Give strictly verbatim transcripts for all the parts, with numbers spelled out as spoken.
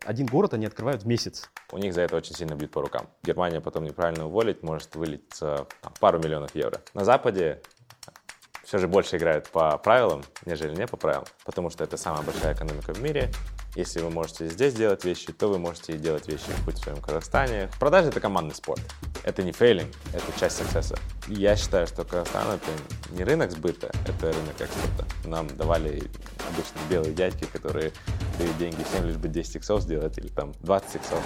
один город они открывают в месяц. У них за это очень сильно бьют по рукам. Германия потом неправильно уволить, может вылиться там, пару миллионов евро. На Западе все же больше играют по правилам, нежели не по правилам, потому что это самая большая экономика в мире. Если вы можете здесь делать вещи, то вы можете и делать вещи хоть в своем Казахстане. Продажи — это командный спорт. Это не фейлинг, это часть саксесса. И я считаю, что Казахстан — это не рынок сбыта, это рынок экспорта. Нам давали обычно белые дядьки, которые дают деньги всем, лишь бы десять иксов сделать или там двадцать иксов.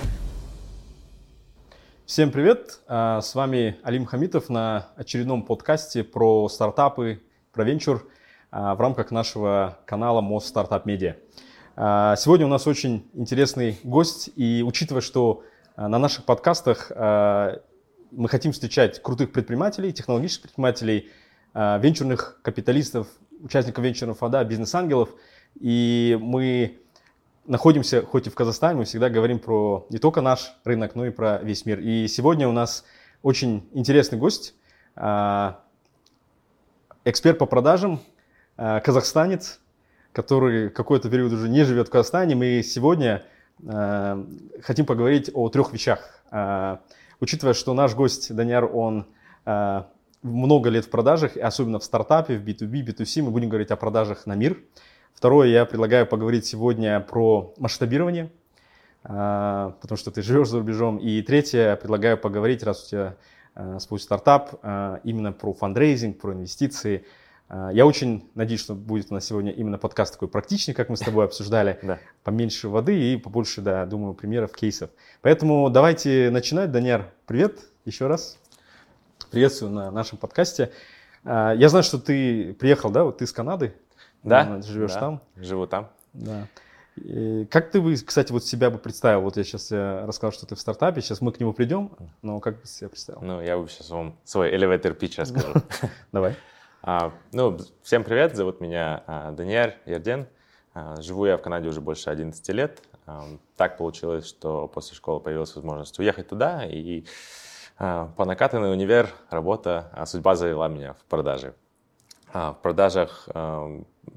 Всем привет! С вами Алим Хамитов на очередном подкасте про стартапы, про венчур в рамках нашего канала Most Startup Media. Сегодня у нас очень интересный гость, и учитывая, что на наших подкастах мы хотим встречать крутых предпринимателей, технологических предпринимателей, венчурных капиталистов, участников венчурного фонда, бизнес-ангелов, и мы находимся хоть и в Казахстане, мы всегда говорим про не только наш рынок, но и про весь мир. И сегодня у нас очень интересный гость, эксперт по продажам, казахстанец, который какой-то период уже не живет в Казахстане. Мы сегодня э, хотим поговорить о трех вещах. Э, учитывая, что наш гость Данияр, он э, много лет в продажах, особенно в стартапе, в би ту би, би ту си, мы будем говорить о продажах на мир. Второе, я предлагаю поговорить сегодня про масштабирование, э, потому что ты живешь за рубежом. И третье, предлагаю поговорить, раз у тебя э, свой стартап, э, именно про фандрейзинг, про инвестиции. Я очень надеюсь, что будет у нас сегодня именно подкаст такой практичный, как мы с тобой обсуждали. Да. Поменьше воды и побольше, да, думаю, примеров, кейсов. Поэтому давайте начинать. Данияр, привет еще раз. Приветствую на нашем подкасте. Я знаю, что ты приехал, да, вот ты из Канады. Да. Живешь да. там. Живу там. Да. И как ты, кстати, вот себя бы представил? Вот я сейчас рассказал, что ты в стартапе, сейчас мы к нему придем, но как бы ты себя представил? Ну, я бы сейчас вам свой elevator pitch расскажу. Давай. А, ну, всем привет, зовут меня а, Данияр Ерден. А, живу я в Канаде уже больше одиннадцати лет. А, так получилось, что после школы появилась возможность уехать туда, и а, по накатанной универ, работа, а судьба завела меня в продажи. А, в продажах а,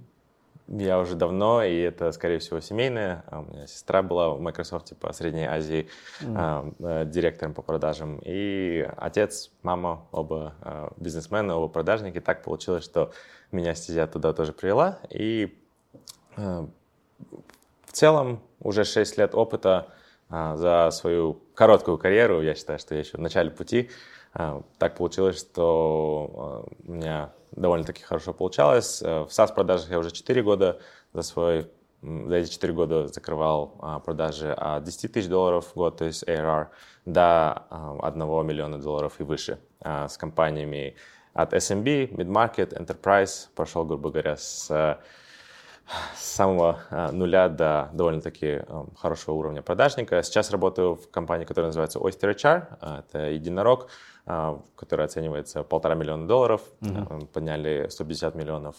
я уже давно, и это, скорее всего, семейное. У меня сестра была в Microsoft по Средней Азии mm. э, директором по продажам. И отец, мама, оба э, бизнесмены, оба продажники. Так получилось, что меня стезя туда тоже привела. И э, в целом уже шесть лет опыта э, за свою короткую карьеру. Я считаю, что я еще в начале пути. Э, так получилось, что э, у меня довольно-таки хорошо получалось. В SaaS-продажах я уже четыре года. За, свой, за эти четыре года закрывал а, продажи от десяти тысяч долларов в год, то есть эй ар ар, до а, одного миллиона долларов и выше. А, с компаниями от эс эм би, Mid-Market, Enterprise. Прошел, грубо говоря, с, с самого а, нуля до довольно-таки а, хорошего уровня продажника. Сейчас работаю в компании, которая называется Oyster эйч ар. А, это единорог, который оценивается полтора миллиона долларов. Mm-hmm. Подняли сто пятьдесят миллионов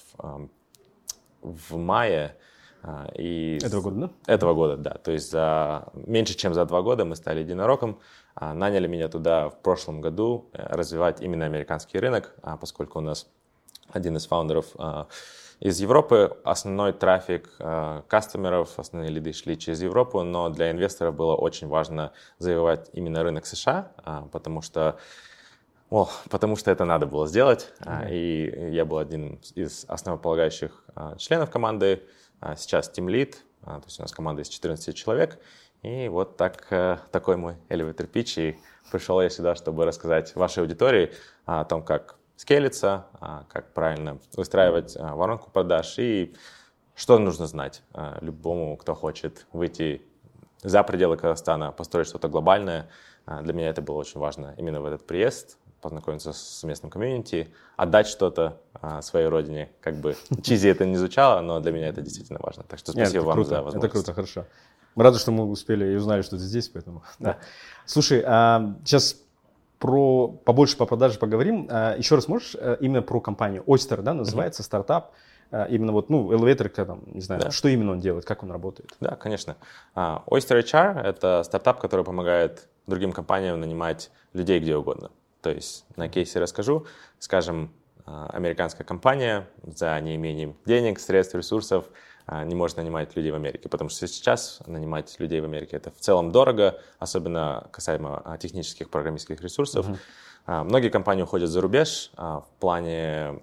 в мае. И этого года, да? Этого года, да. То есть за меньше, чем за два года мы стали единорогом. Наняли меня туда в прошлом году развивать именно американский рынок, поскольку у нас один из фаундеров из Европы. Основной трафик кастомеров, основные лиды шли через Европу, но для инвесторов было очень важно завоевать именно рынок США, потому что О, потому что это надо было сделать, mm-hmm. и я был один из основополагающих членов команды, сейчас Team Lead, то есть у нас команда из четырнадцати человек, и вот так, такой мой elevator pitch, и пришел я сюда, чтобы рассказать вашей аудитории о том, как скейлиться, как правильно выстраивать воронку продаж и что нужно знать любому, кто хочет выйти за пределы Казахстана, построить что-то глобальное. Для меня это было очень важно именно в этот приезд, познакомиться с местным комьюнити, отдать что-то а, своей родине. Как бы чизи это не звучало, но для меня это действительно важно. Так что спасибо Нет, вам круто, за возможность. Это круто, хорошо. Мы рады, что мы успели и узнали, что ты здесь, поэтому. Да. Да. Слушай, а, сейчас про побольше по продаже поговорим. А, еще раз можешь а, именно про компанию Oyster, да, называется mm-hmm. стартап. А, именно вот, ну, elevator, там, не знаю, да. что именно он делает, как он работает? Да, конечно. А, Oyster эйч ар — это стартап, который помогает другим компаниям нанимать людей где угодно. То есть на кейсе расскажу, скажем, американская компания за неимением денег, средств, ресурсов не может нанимать людей в Америке, потому что сейчас нанимать людей в Америке это в целом дорого, особенно касаемо технических программистских ресурсов. Uh-huh. Многие компании уходят за рубеж в плане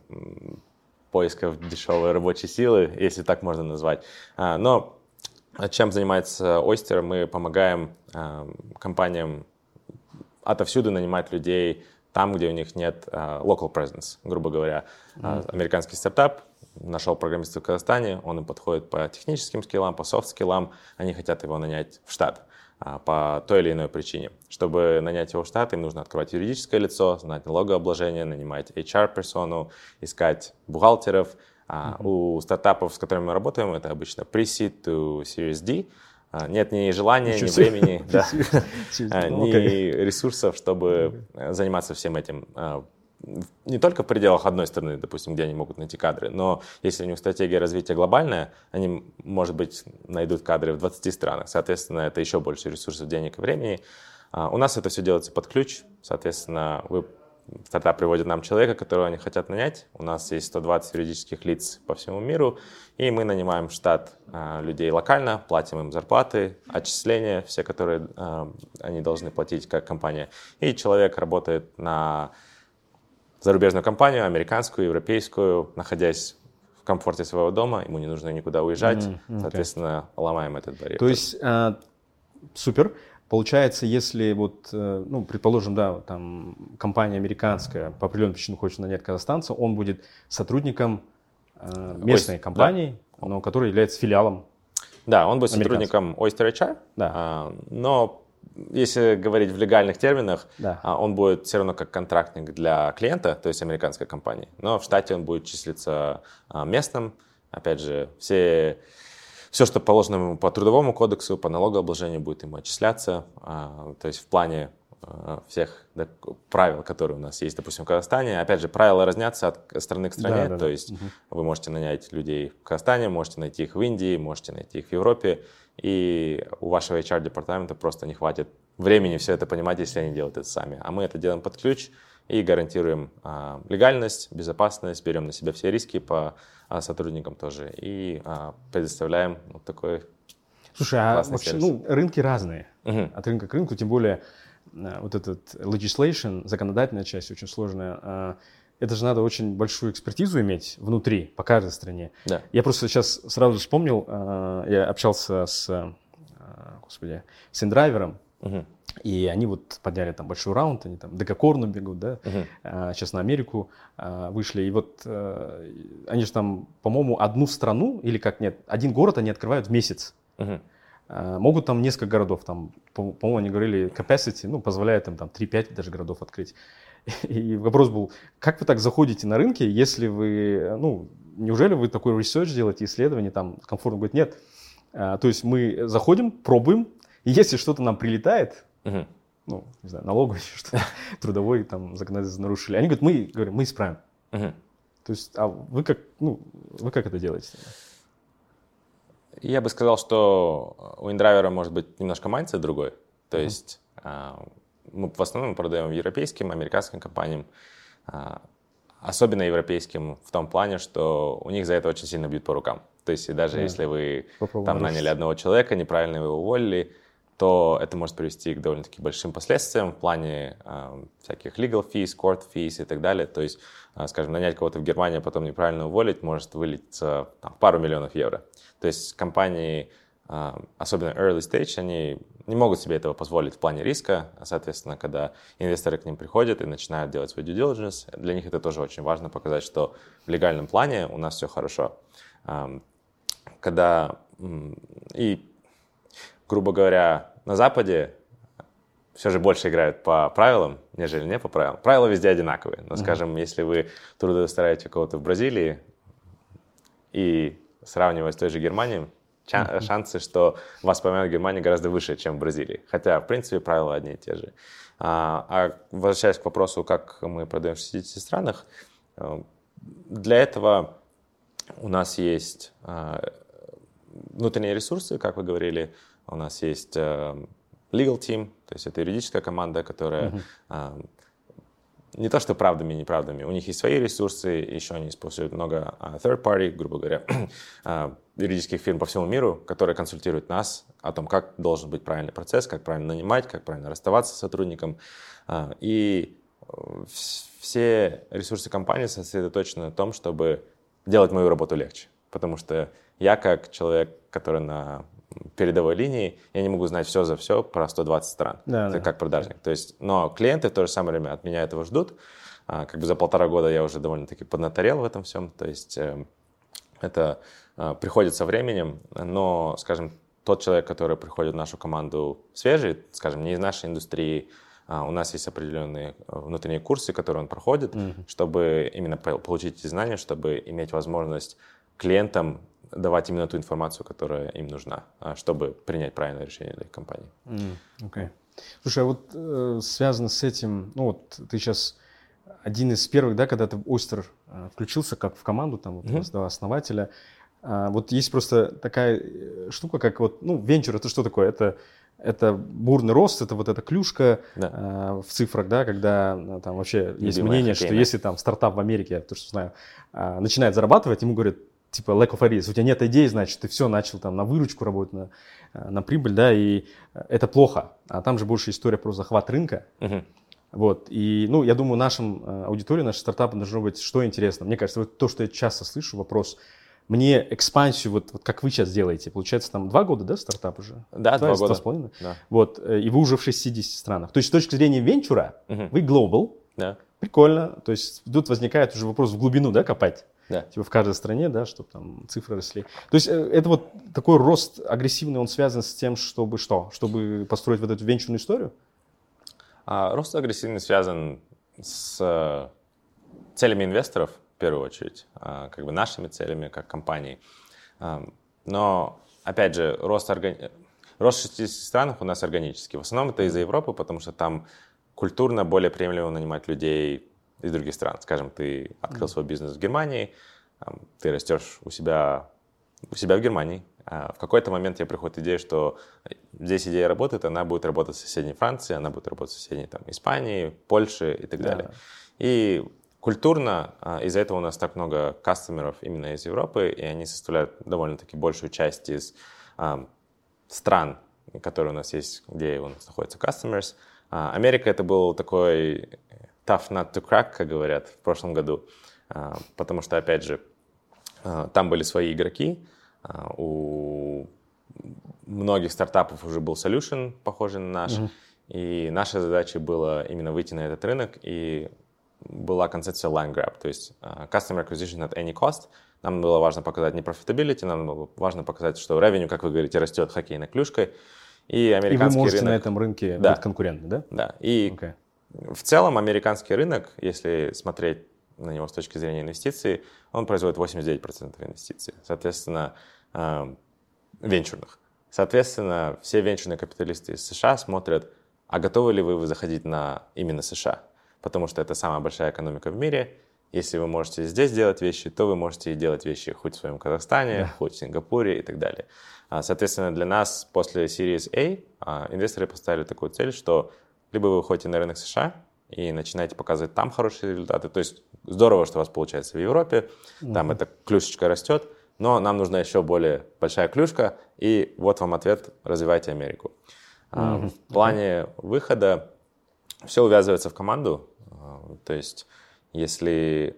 поисков дешевой рабочей силы, если так можно назвать. Но чем занимается Oyster? Мы помогаем компаниям отовсюду нанимать людей там, где у них нет local presence, грубо говоря. Mm-hmm. Американский стартап нашел программиста в Казахстане, он им подходит по техническим скиллам, по софт-скиллам, они хотят его нанять в штат по той или иной причине. Чтобы нанять его в штат, им нужно открывать юридическое лицо, знать налогообложение, нанимать эйч ар-персону, искать бухгалтеров. Uh-huh. У стартапов, с которыми мы работаем, это обычно pre-seed to Series D. Нет ни желания, ни времени, да, ни ресурсов, чтобы заниматься всем этим. Не только в пределах одной страны, допустим, где они могут найти кадры, но если у них стратегия развития глобальная, они, может быть, найдут кадры в двадцати странах. Соответственно, это еще больше ресурсов, денег и времени. У нас это все делается под ключ. Соответственно, вы, стартап приводит нам человека, которого они хотят нанять. У нас есть сто двадцать юридических лиц по всему миру, и мы нанимаем штат людей локально, платим им зарплаты, отчисления, все, которые они должны платить как компания. И человек работает на зарубежную компанию, американскую, европейскую, находясь в комфорте своего дома, ему не нужно никуда уезжать, mm, okay. Соответственно, ломаем этот барьер. То есть, э, супер. Получается, если вот, э, ну, предположим, да, там компания американская по определенным причинам хочет нанять казахстанца, он будет сотрудником э, местной Oyster, компании, да. но которая является филиалом. Да, он будет сотрудником Oyster эйч ар, да. э, но если говорить в легальных терминах, да. он будет все равно как контрактник для клиента, то есть американской компании, но в штате он будет числиться местным. Опять же, все, все, что положено ему по трудовому кодексу, по налогообложению, будет ему отчисляться. То есть в плане всех да, правил, которые у нас есть, допустим, в Казахстане. Опять же, правила разнятся от страны к стране. Да, да, то да. есть угу. вы можете нанять людей в Казахстане, можете найти их в Индии, можете найти их в Европе. И у вашего эйч ар-департамента просто не хватит времени все это понимать, если они делают это сами. А мы это делаем под ключ и гарантируем а, легальность, безопасность, берем на себя все риски по а, сотрудникам тоже и а, предоставляем вот такой Слушай, а вообще ну, рынки разные. Угу. От рынка к рынку, тем более вот этот legislation, законодательная часть очень сложная. Это же надо очень большую экспертизу иметь внутри, по каждой стране. Да. Я просто сейчас сразу вспомнил, я общался с, господи, с индрайвером, угу. и они вот подняли там большой раунд, они там Декакорну бегут, да, угу. сейчас на Америку вышли. И вот они же там, по-моему, одну страну, или как нет, один город они открывают в месяц. Угу. Могут там несколько городов, там, по-моему, они говорили, capacity, ну, позволяет им там три-пять даже городов открыть. И вопрос был, как вы так заходите на рынки, если вы, ну, неужели вы такой research делаете, исследование, там, комфортно говорит, нет. А, то есть мы заходим, пробуем, и если что-то нам прилетает, uh-huh. ну, не знаю, налоговый, что-то, трудовой, там, законодательство нарушили, они говорят, мы, говорим, мы исправим. Uh-huh. То есть, а вы как, ну, вы как это делаете? Я бы сказал, что у индрайвера может быть немножко майндсет другой, то uh-huh. есть... Мы в основном продаем европейским, американским компаниям, особенно европейским в том плане, что у них за это очень сильно бьют по рукам. То есть даже yeah. если вы Попробуем там наняли одного человека, неправильно его уволили, то это может привести к довольно-таки большим последствиям в плане э, всяких legal fees, court fees и так далее. То есть, э, скажем, нанять кого-то в Германии, а потом неправильно уволить, может вылиться там, в пару миллионов евро. То есть компании, э, особенно early stage, они не могут себе этого позволить в плане риска. Соответственно, когда инвесторы к ним приходят и начинают делать свой due diligence, для них это тоже очень важно показать, что в легальном плане у нас все хорошо. Когда и, грубо говоря, на Западе все же больше играют по правилам, нежели не по правилам. Правила везде одинаковые. Но, скажем, mm-hmm. если вы трудоустраиваете кого-то в Бразилии и сравнивая с той же Германией, Mm-hmm. шансы, что вас поймают в Германии, гораздо выше, чем в Бразилии. Хотя, в принципе, правила одни и те же. А, а возвращаясь к вопросу, как мы продаем в шестидесяти странах, для этого у нас есть внутренние ресурсы, как вы говорили. У нас есть legal team, то есть это юридическая команда, которая mm-hmm. не то, что правдами и неправдами. У них есть свои ресурсы, еще они используют много uh, third party, грубо говоря, uh, юридических фирм по всему миру, которые консультируют нас о том, как должен быть правильный процесс, как правильно нанимать, как правильно расставаться с сотрудником. Uh, и все ресурсы компании сосредоточены на том, чтобы делать мою работу легче. Потому что я, как человек, который на передовой линии, я не могу знать все за все про сто двадцать стран, да, это да. как продажник. То есть, но клиенты в то же самое время от меня этого ждут. А, как бы за полтора года я уже довольно-таки поднаторел в этом всем. То есть э, это э, приходит со временем, но, скажем, тот человек, который приходит в нашу команду свежий, скажем, не из нашей индустрии, а, у нас есть определенные внутренние курсы, которые он проходит, mm-hmm. чтобы именно получить эти знания, чтобы иметь возможность клиентам давать именно ту информацию, которая им нужна, чтобы принять правильное решение для их компании. Mm, okay. Слушай, а вот э, связано с этим, ну вот ты сейчас один из первых, да, когда ты в Oyster э, включился как в команду, там, вот, mm-hmm. да, основателя, э, вот есть просто такая штука, как вот, ну, венчур, это что такое? Это, это бурный рост, это вот эта клюшка да. э, в цифрах, да, когда э, там вообще есть Любимая мнение, хоккейная. Что если там стартап в Америке, я то, что знаю, э, начинает зарабатывать, ему говорят, типа lack of ideas, у тебя нет идей, значит, ты все начал там на выручку работать, на, на прибыль, да, и это плохо. А там же больше история про захват рынка. Uh-huh. Вот, и, ну, я думаю, нашим аудитории, нашим стартапам должно быть что интересно. Мне кажется, вот то, что я часто слышу, вопрос, мне экспансию, вот, вот как вы сейчас делаете, получается, там два года, да, стартап уже? Да, два, два года. Два с половиной? Да. Вот, и вы уже в шестидесяти странах. То есть с точки зрения венчура, uh-huh. вы global, да. прикольно, то есть тут возникает уже вопрос в глубину, да, копать. Да. Типа в каждой стране, да, чтобы там цифры росли. То есть это вот такой рост агрессивный, он связан с тем, чтобы что? Чтобы построить вот эту венчурную историю? А, рост агрессивный связан с целями инвесторов, в первую очередь, а, как бы нашими целями, как компании. А, но, опять же, рост, органи... рост в шестидесяти странах у нас органический. В основном это из-за Европы, потому что там культурно более приемлемо нанимать людей из других стран. Скажем, ты открыл свой бизнес в Германии, ты растешь у себя, у себя в Германии. А в какой-то момент тебе приходит идея, что здесь идея работает, она будет работать в соседней Франции, она будет работать в соседней там, Испании, Польше и так да. далее. И культурно из-за этого у нас так много кастомеров именно из Европы, и они составляют довольно-таки большую часть из а, стран, которые у нас есть, где у нас находятся customers. А, Америка — это был такой tough nut to crack, как говорят, в прошлом году, потому что, опять же, там были свои игроки, у многих стартапов уже был solution, похожий на наш, mm-hmm. и наша задача была именно выйти на этот рынок, и была концепция land grab, то есть customer acquisition at any cost. Нам было важно показать не profitability, нам было важно показать, что revenue, как вы говорите, растет хоккейной клюшкой, и американский рынок... И вы можете рынок... на этом рынке да. быть конкурентным, да? Да, и okay. в целом американский рынок, если смотреть на него с точки зрения инвестиций, он производит восемьдесят девять процентов инвестиций, соответственно, э, венчурных. Соответственно, все венчурные капиталисты из США смотрят, а готовы ли вы заходить на именно США, потому что это самая большая экономика в мире. Если вы можете здесь делать вещи, то вы можете делать вещи хоть в своем Казахстане, yeah. хоть в Сингапуре и так далее. Соответственно, для нас после Series A инвесторы поставили такую цель, что либо вы выходите на рынок США и начинаете показывать там хорошие результаты. То есть здорово, что у вас получается в Европе, mm-hmm. там эта клюшечка растет, но нам нужна еще более большая клюшка, и вот вам ответ: развивайте Америку. Mm-hmm. В плане okay. выхода все увязывается в команду. То есть если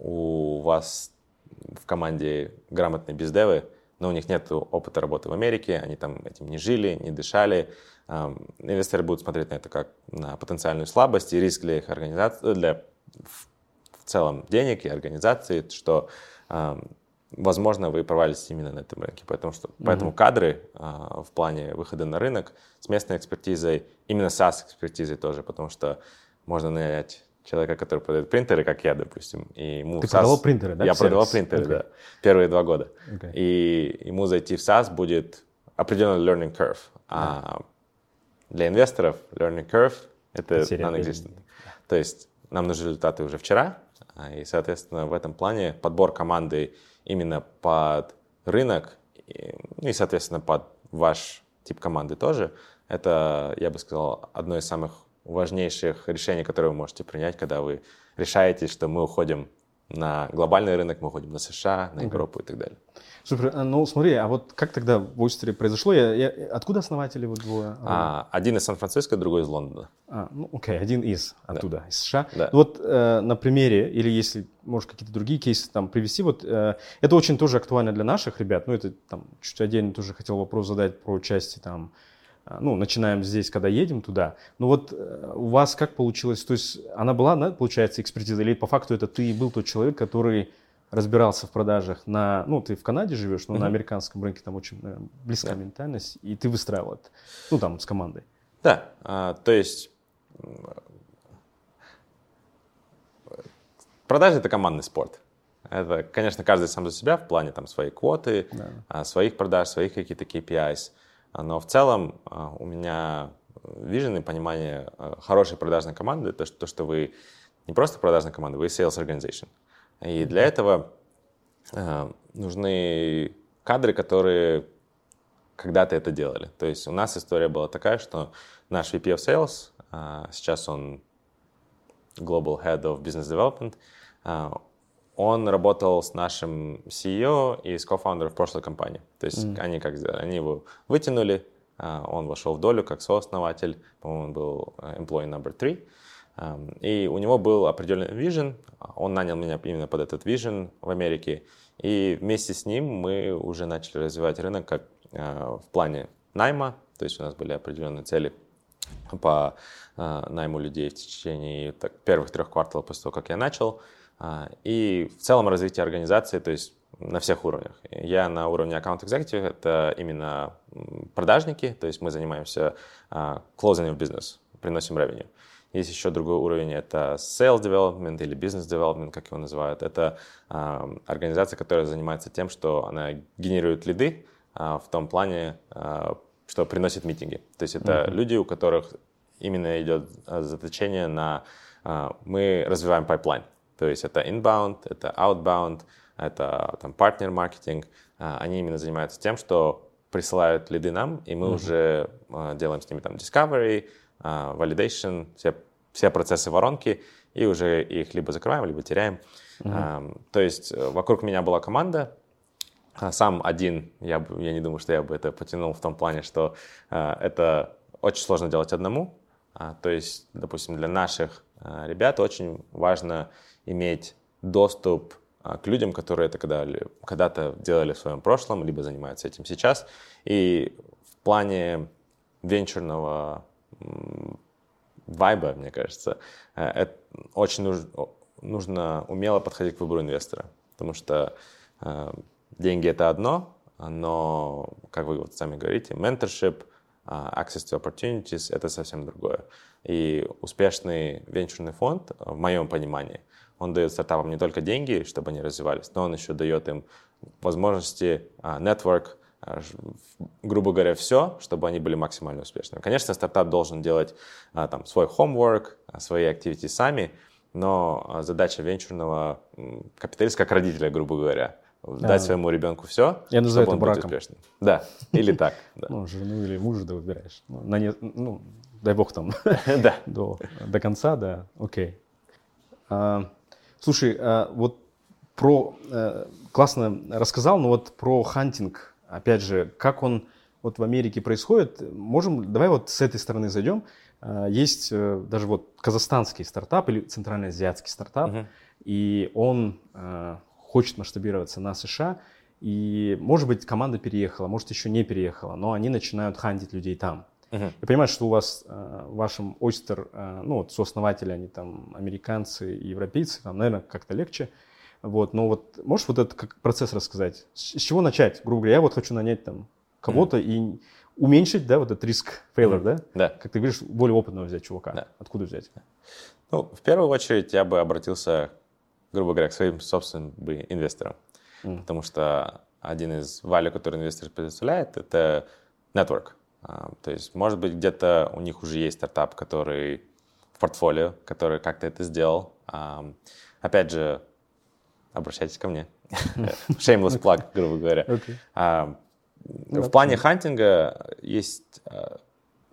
у вас в команде грамотные бездевы, но у них нет опыта работы в Америке, они там этим не жили, не дышали, инвесторы будут смотреть на это как на потенциальную слабость и риск для их организации, для в целом денег и организации, что, возможно, вы провалитесь именно на этом рынке. Поэтому, что, mm-hmm. поэтому кадры в плане выхода на рынок с местной экспертизой, именно SaaS-экспертизой тоже, потому что можно нанять человека, который продает принтеры, как я, допустим. И ему Ты SaaS... продавал принтеры, да? Я продавал принтеры, okay. да, первые два года. Okay. И ему зайти в SaaS будет определенный learning curve. Yeah. А для инвесторов learning curve — это non-existent. То есть нам нужны результаты уже вчера, и, соответственно, в этом плане подбор команды именно под рынок и, ну, и, соответственно, под ваш тип команды тоже, это, я бы сказал, одно из самых важнейших решений, которые вы можете принять, когда вы решаете, что мы уходим на глобальный рынок, мы уходим на США, на Европу okay. и так далее. Супер. Ну, смотри, а вот как тогда в Ойстере произошло? Я, я, откуда основатели вот двое? А, один из Сан-Франциско, другой из Лондона. А, ну, окей, okay, один из оттуда, да. из США. Да. Вот э, на примере, или если, может, какие-то другие кейсы там привести, вот э, это очень тоже актуально для наших ребят, ну, это там чуть отдельно тоже хотел вопрос задать про части там, ну, начинаем здесь, когда едем туда. Ну вот у вас как получилось? То есть она была, да, получается, экспертиза? Или по факту это ты был тот человек, который разбирался в продажах на... Ну, ты в Канаде живешь, но mm-hmm. на американском рынке там очень наверное, близкая yeah. ментальность, и ты выстраивал это, ну, там, с командой. Да, а, то есть продажи – это командный спорт. Это, конечно, каждый сам за себя в плане там своей квоты, yeah. своих продаж, своих каких-то кей пи ай эс. Но в целом у меня вижен и понимание хорошей продажной команды, то, что, то, что вы не просто продажная команда, вы sales organization. И для этого э, нужны кадры, которые когда-то это делали. То есть у нас история была такая, что наш ви пи of Sales, э, сейчас он Global Head of Business Development, э, он работал с нашим си и о и с кофаундером в прошлой компании. То есть mm. они как сделали? Они его вытянули, он вошел в долю как сооснователь, по-моему, он был employee number three. И у него был определенный vision, он нанял меня именно под этот vision в Америке. И вместе с ним мы уже начали развивать рынок как в плане найма, то есть у нас были определенные цели по найму людей в течение так, первых трех кварталов после того, как я начал. И в целом развитие организации, то есть на всех уровнях. Я на уровне аккаунт executive, это именно продажники, то есть мы занимаемся closing of business, приносим revenue. Есть еще другой уровень, это sales development или business development, как его называют. Это организация, которая занимается тем, что она генерирует лиды в том плане, что приносит митинги. То есть это mm-hmm. люди, у которых именно идет заточение на... Мы развиваем пайплайн. То есть это inbound, это outbound, это там партнер-маркетинг. Они именно занимаются тем, что присылают лиды нам, и мы mm-hmm. уже делаем с ними там discovery, validation, все, все процессы воронки, и уже их либо закрываем, либо теряем. Mm-hmm. То есть вокруг меня была команда. Сам один, я, я не думаю, что я бы это потянул в том плане, что это очень сложно делать одному. То есть, допустим, для наших ребят очень важно иметь доступ к людям, которые это когда-то делали в своем прошлом, либо занимаются этим сейчас. И в плане венчурного вайба, мне кажется, это очень нужно, нужно умело подходить к выбору инвестора. Потому что деньги — это одно, но, как вы вот сами говорите, mentorship, access to opportunities — это совсем другое. И успешный венчурный фонд, в моем понимании, он дает стартапам не только деньги, чтобы они развивались, но он еще дает им возможности, network, грубо говоря, все, чтобы они были максимально успешными. Конечно, стартап должен делать там свой homework, свои activities сами, но задача венчурного капиталиста, как родителя, грубо говоря, дать а, своему ребенку все, я чтобы это он браком. был успешным. Да, или так. Да. Ну, жену или мужа да выбираешь. На не, ну, дай бог там да. до, до конца, да, окей. А, слушай, а, вот про, а, классно рассказал, но вот про хантинг, опять же, как он вот в Америке происходит, можем, давай вот с этой стороны зайдем. А, есть а, даже вот казахстанский стартап или центральноазиатский стартап, uh-huh. и он... А, хочет масштабироваться на США, и, может быть, команда переехала, может, еще не переехала, но они начинают хантить людей там. Uh-huh. Я понимаю, что у вас, в вашем Oyster, ну, вот сооснователи, они там американцы и европейцы, там, наверное, как-то легче. Вот, но вот можешь вот этот как процесс рассказать? С, с чего начать? Грубо говоря, я вот хочу нанять там кого-то uh-huh. и уменьшить, да, вот этот риск failure, uh-huh. да? Да. Как ты говоришь, более опытного взять чувака. Да. Откуда взять? Ну, в первую очередь я бы обратился, грубо говоря, к своим собственным инвесторам. Mm. Потому что один из value, который инвестор предоставляет, это network. Uh, то есть, может быть, где-то у них уже есть стартап, который в портфолио, который как-то это сделал. Um, опять же, обращайтесь ко мне. Shameless plug, грубо говоря. Okay. Uh, в плане хантинга есть uh,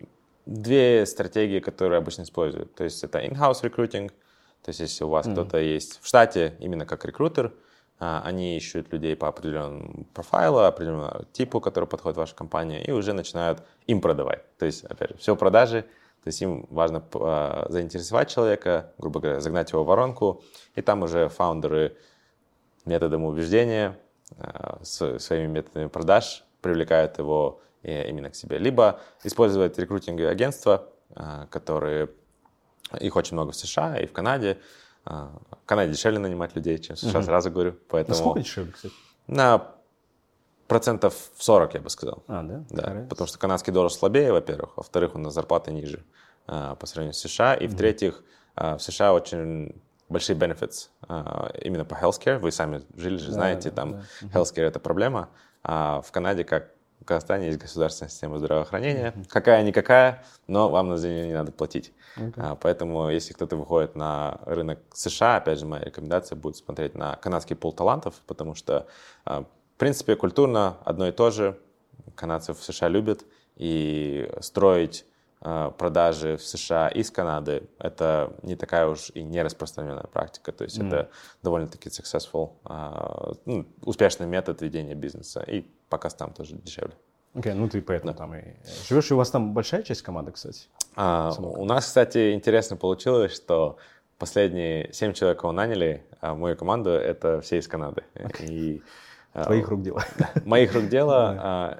две стратегии, которые обычно используют. То есть это in-house recruiting, то есть если у вас mm-hmm. кто-то есть в штате именно как рекрутер, они ищут людей по определенному профайлу, определенному типу, который подходит в вашу компанию, и уже начинают им продавать. То есть, опять же, все продажи, то есть им важно заинтересовать человека, грубо говоря, загнать его в воронку, и там уже фаундеры методом убеждения, своими методами продаж привлекают его именно к себе. Либо использовать рекрутинговые агентства, которые, их очень много в США и в Канаде. В Канаде дешевле нанимать людей, чем в США, угу. сразу говорю. Поэтому насколько дешевле, кстати? На процентов сорок, я бы сказал. А, да? Да, потому что канадский доллар слабее, во-первых. Во-вторых, у нас зарплаты ниже по сравнению с США. И, угу. в-третьих, в США очень большие benefits именно по healthcare. Вы сами жили же, знаете, да, там да. healthcare – это проблема. А в Канаде, как в Казахстане, есть государственная система здравоохранения. Uh-huh. Какая-никакая, но вам за нее не надо платить. Okay. А, поэтому, если кто-то выходит на рынок США, опять же, моя рекомендация будет смотреть на канадский пул талантов, потому что, а, в принципе, культурно одно и то же. Канадцев в США любят, и строить а, продажи в США из Канады – это не такая уж и не распространенная практика. То есть mm. это довольно-таки successful, а, ну, успешный метод ведения бизнеса. И пока там тоже дешевле. Окей, okay, ну ты поэтому да. там и живешь. И у вас там большая часть команды, кстати? А, у нас, кстати, интересно получилось, что последние семь человек, кого наняли, а в мою команду, это все из Канады. Okay. И, Твоих а, рук дело. Моих рук дело, а,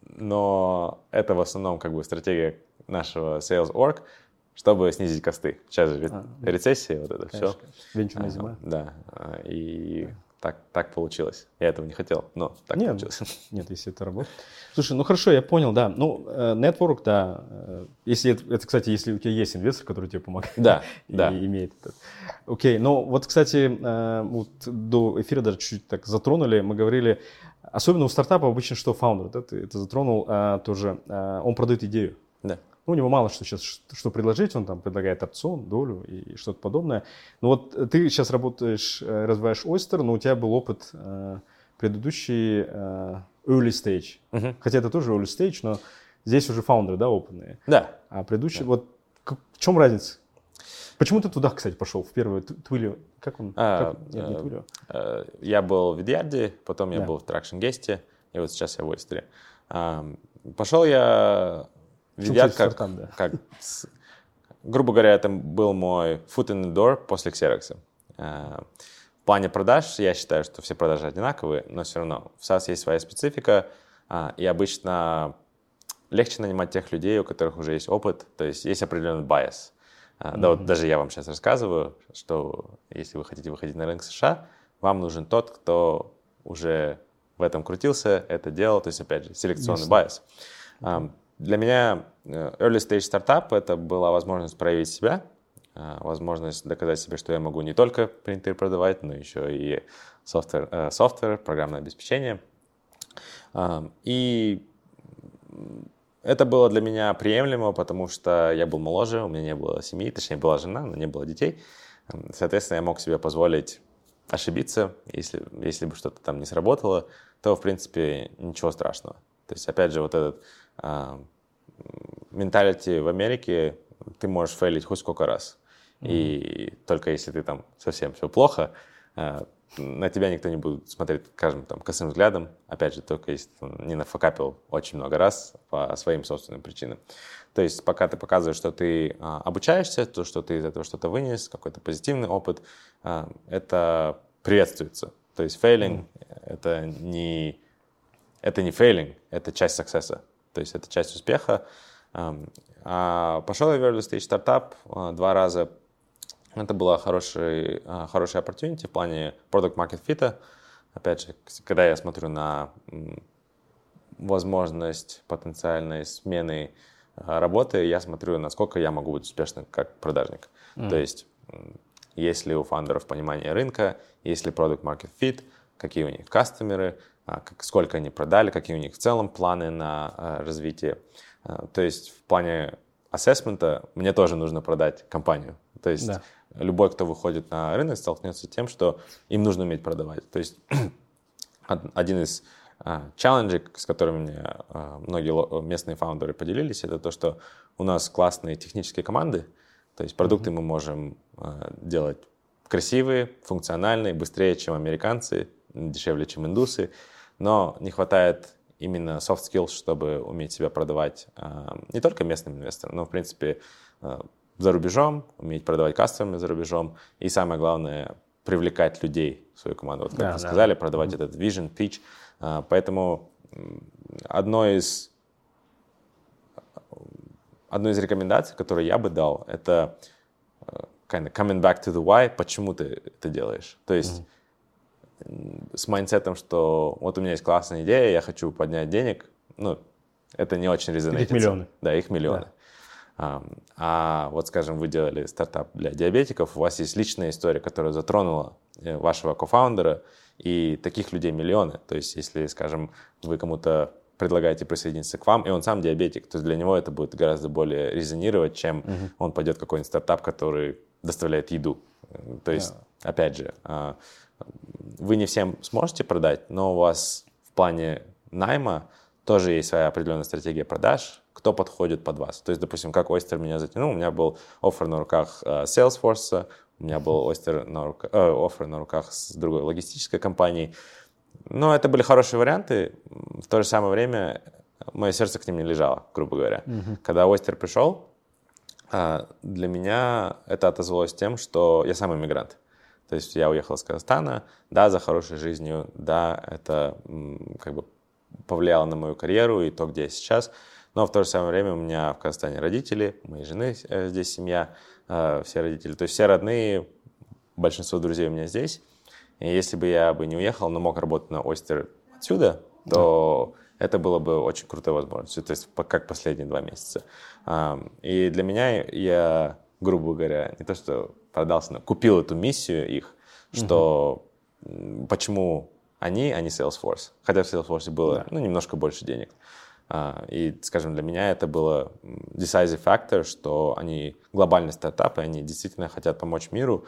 но это в основном как бы стратегия нашего sales org, чтобы снизить косты. Сейчас же а, рецессия, вот это конечно, все. Венчурная зима. Да, и... Так, так получилось. Я этого не хотел, но так нет, получилось. Нет, если это работает. Слушай, ну хорошо, я понял, да. Ну, network, да. Если это, это, кстати, если у тебя есть инвестор, который тебе помогает. Да, и да. имеет это. Окей, ну вот, кстати, вот до эфира даже чуть-чуть так затронули. Мы говорили, особенно у стартапа обычно, что фаундер, да, ты это затронул а, тоже, а, он продает идею. Да. Ну, у него мало что сейчас, что предложить, он там предлагает опцион, долю и что-то подобное. Но вот ты сейчас работаешь, развиваешь Oyster, но у тебя был опыт э, предыдущий э, early stage. Uh-huh. Хотя это тоже early stage, но здесь уже фаундеры, да, опытные. Да. А предыдущий, да. вот в чем разница? Почему ты туда, кстати, пошел, в первую Twilio? Как он? А, как? Нет, не Twilio. А, я был в Vidyard, потом я да. был в Traction Guest, и вот сейчас я в Oyster. А, пошел я... Vidyard как, стартап, да. как, грубо говоря, это был мой foot in the door после Xerox. В плане продаж я считаю, что все продажи одинаковые, но все равно в SaaS есть своя специфика, и обычно легче нанимать тех людей, у которых уже есть опыт, то есть есть определенный bias. Mm-hmm. Да, вот даже я вам сейчас рассказываю, что если вы хотите выходить на рынок США, вам нужен тот, кто уже в этом крутился, это делал, то есть, опять же, селекционный bias. Mm-hmm. Для меня early stage стартап — это была возможность проявить себя, возможность доказать себе, что я могу не только принтеры продавать, но еще и софтвер, софтвер, программное обеспечение. И это было для меня приемлемо, потому что я был моложе, у меня не было семьи, точнее, была жена, но не было детей. Соответственно, я мог себе позволить ошибиться. Если, если бы что-то там не сработало, то, в принципе, ничего страшного. То есть, опять же, вот этот менталити в Америке, ты можешь фейлить хоть сколько раз. Mm-hmm. И только если ты там совсем все плохо, на тебя никто не будет смотреть, скажем, там, косым взглядом. Опять же, только если ты не нафакапил очень много раз по своим собственным причинам. То есть, пока ты показываешь, что ты а, обучаешься, то, что ты из этого что-то вынес, какой-то позитивный опыт, а, это приветствуется. То есть, фейлинг mm-hmm. — это не, это не фейлинг, это часть саксесса. То есть, это часть успеха. А, пошел я в early stage стартап а, два раза. Это была хороший, хорошая opportunity в плане product market fit. Опять же, когда я смотрю на возможность потенциальной смены работы, я смотрю, насколько я могу быть успешным как продажник. Mm. То есть, есть ли у фаундеров понимание рынка, есть ли product market fit, какие у них кастомеры, сколько они продали, какие у них в целом планы на развитие. То есть, в плане ассессмента мне тоже нужно продать компанию. То есть, да. Любой, кто выходит на рынок, столкнется с тем, что им нужно уметь продавать. То есть один из Челленджи, с которыми мне многие местные фаундеры поделились, это то, что у нас классные технические команды, то есть продукты mm-hmm. мы можем делать красивые, функциональные, быстрее, чем американцы, дешевле, чем индусы, но не хватает именно soft skills, чтобы уметь себя продавать не только местным инвесторам, но, в принципе, за рубежом, уметь продавать кастомерам за рубежом и, самое главное, привлекать людей в свою команду. Вот, как да, вы да. сказали, продавать mm-hmm. этот vision, pitch. Поэтому одно из, одну из рекомендаций, которую я бы дал, это kind of coming back to the why, почему ты это делаешь. То есть mm-hmm. с майндсетом, что вот у меня есть классная идея, я хочу поднять денег, ну, это не очень резонейтится. Их миллионы. Да, их миллионы. Да. А, а вот, скажем, вы делали стартап для диабетиков, у вас есть личная история, которая затронула вашего кофаундера, и таких людей миллионы. То есть, если, скажем, вы кому-то предлагаете присоединиться к вам, и он сам диабетик, то для него это будет гораздо более резонировать, чем uh-huh. он пойдет в какой-нибудь стартап, который доставляет еду. То есть, yeah. опять же, вы не всем сможете продать, но у вас в плане найма тоже есть своя определенная стратегия продаж, кто подходит под вас. То есть, допустим, как Oyster меня затянул, у меня был оффер на руках Salesforce, у меня был Oyster на рука, э, оффер на руках с другой логистической компанией. Но это были хорошие варианты. В то же самое время мое сердце к ним не лежало, грубо говоря. Mm-hmm. Когда Oyster пришел, для меня это отозвалось тем, что я сам иммигрант. То есть я уехал из Казахстана, да, за хорошей жизнью, да, это как бы повлияло на мою карьеру и то, где я сейчас. Но в то же самое время у меня в Казахстане родители, у моей жены здесь семья, все родители. То есть все родные, большинство друзей у меня здесь. И если бы я бы не уехал, но мог работать на Oyster отсюда, то да. это было бы очень крутой возможностью. То есть как последние два месяца. И для меня я, грубо говоря, не то что продался, но купил эту миссию их, что угу. почему они, а не Salesforce. Хотя в Salesforce было да. ну, немножко больше денег. И, скажем, для меня это было decisive factor, что они глобальный стартап, и они действительно хотят помочь миру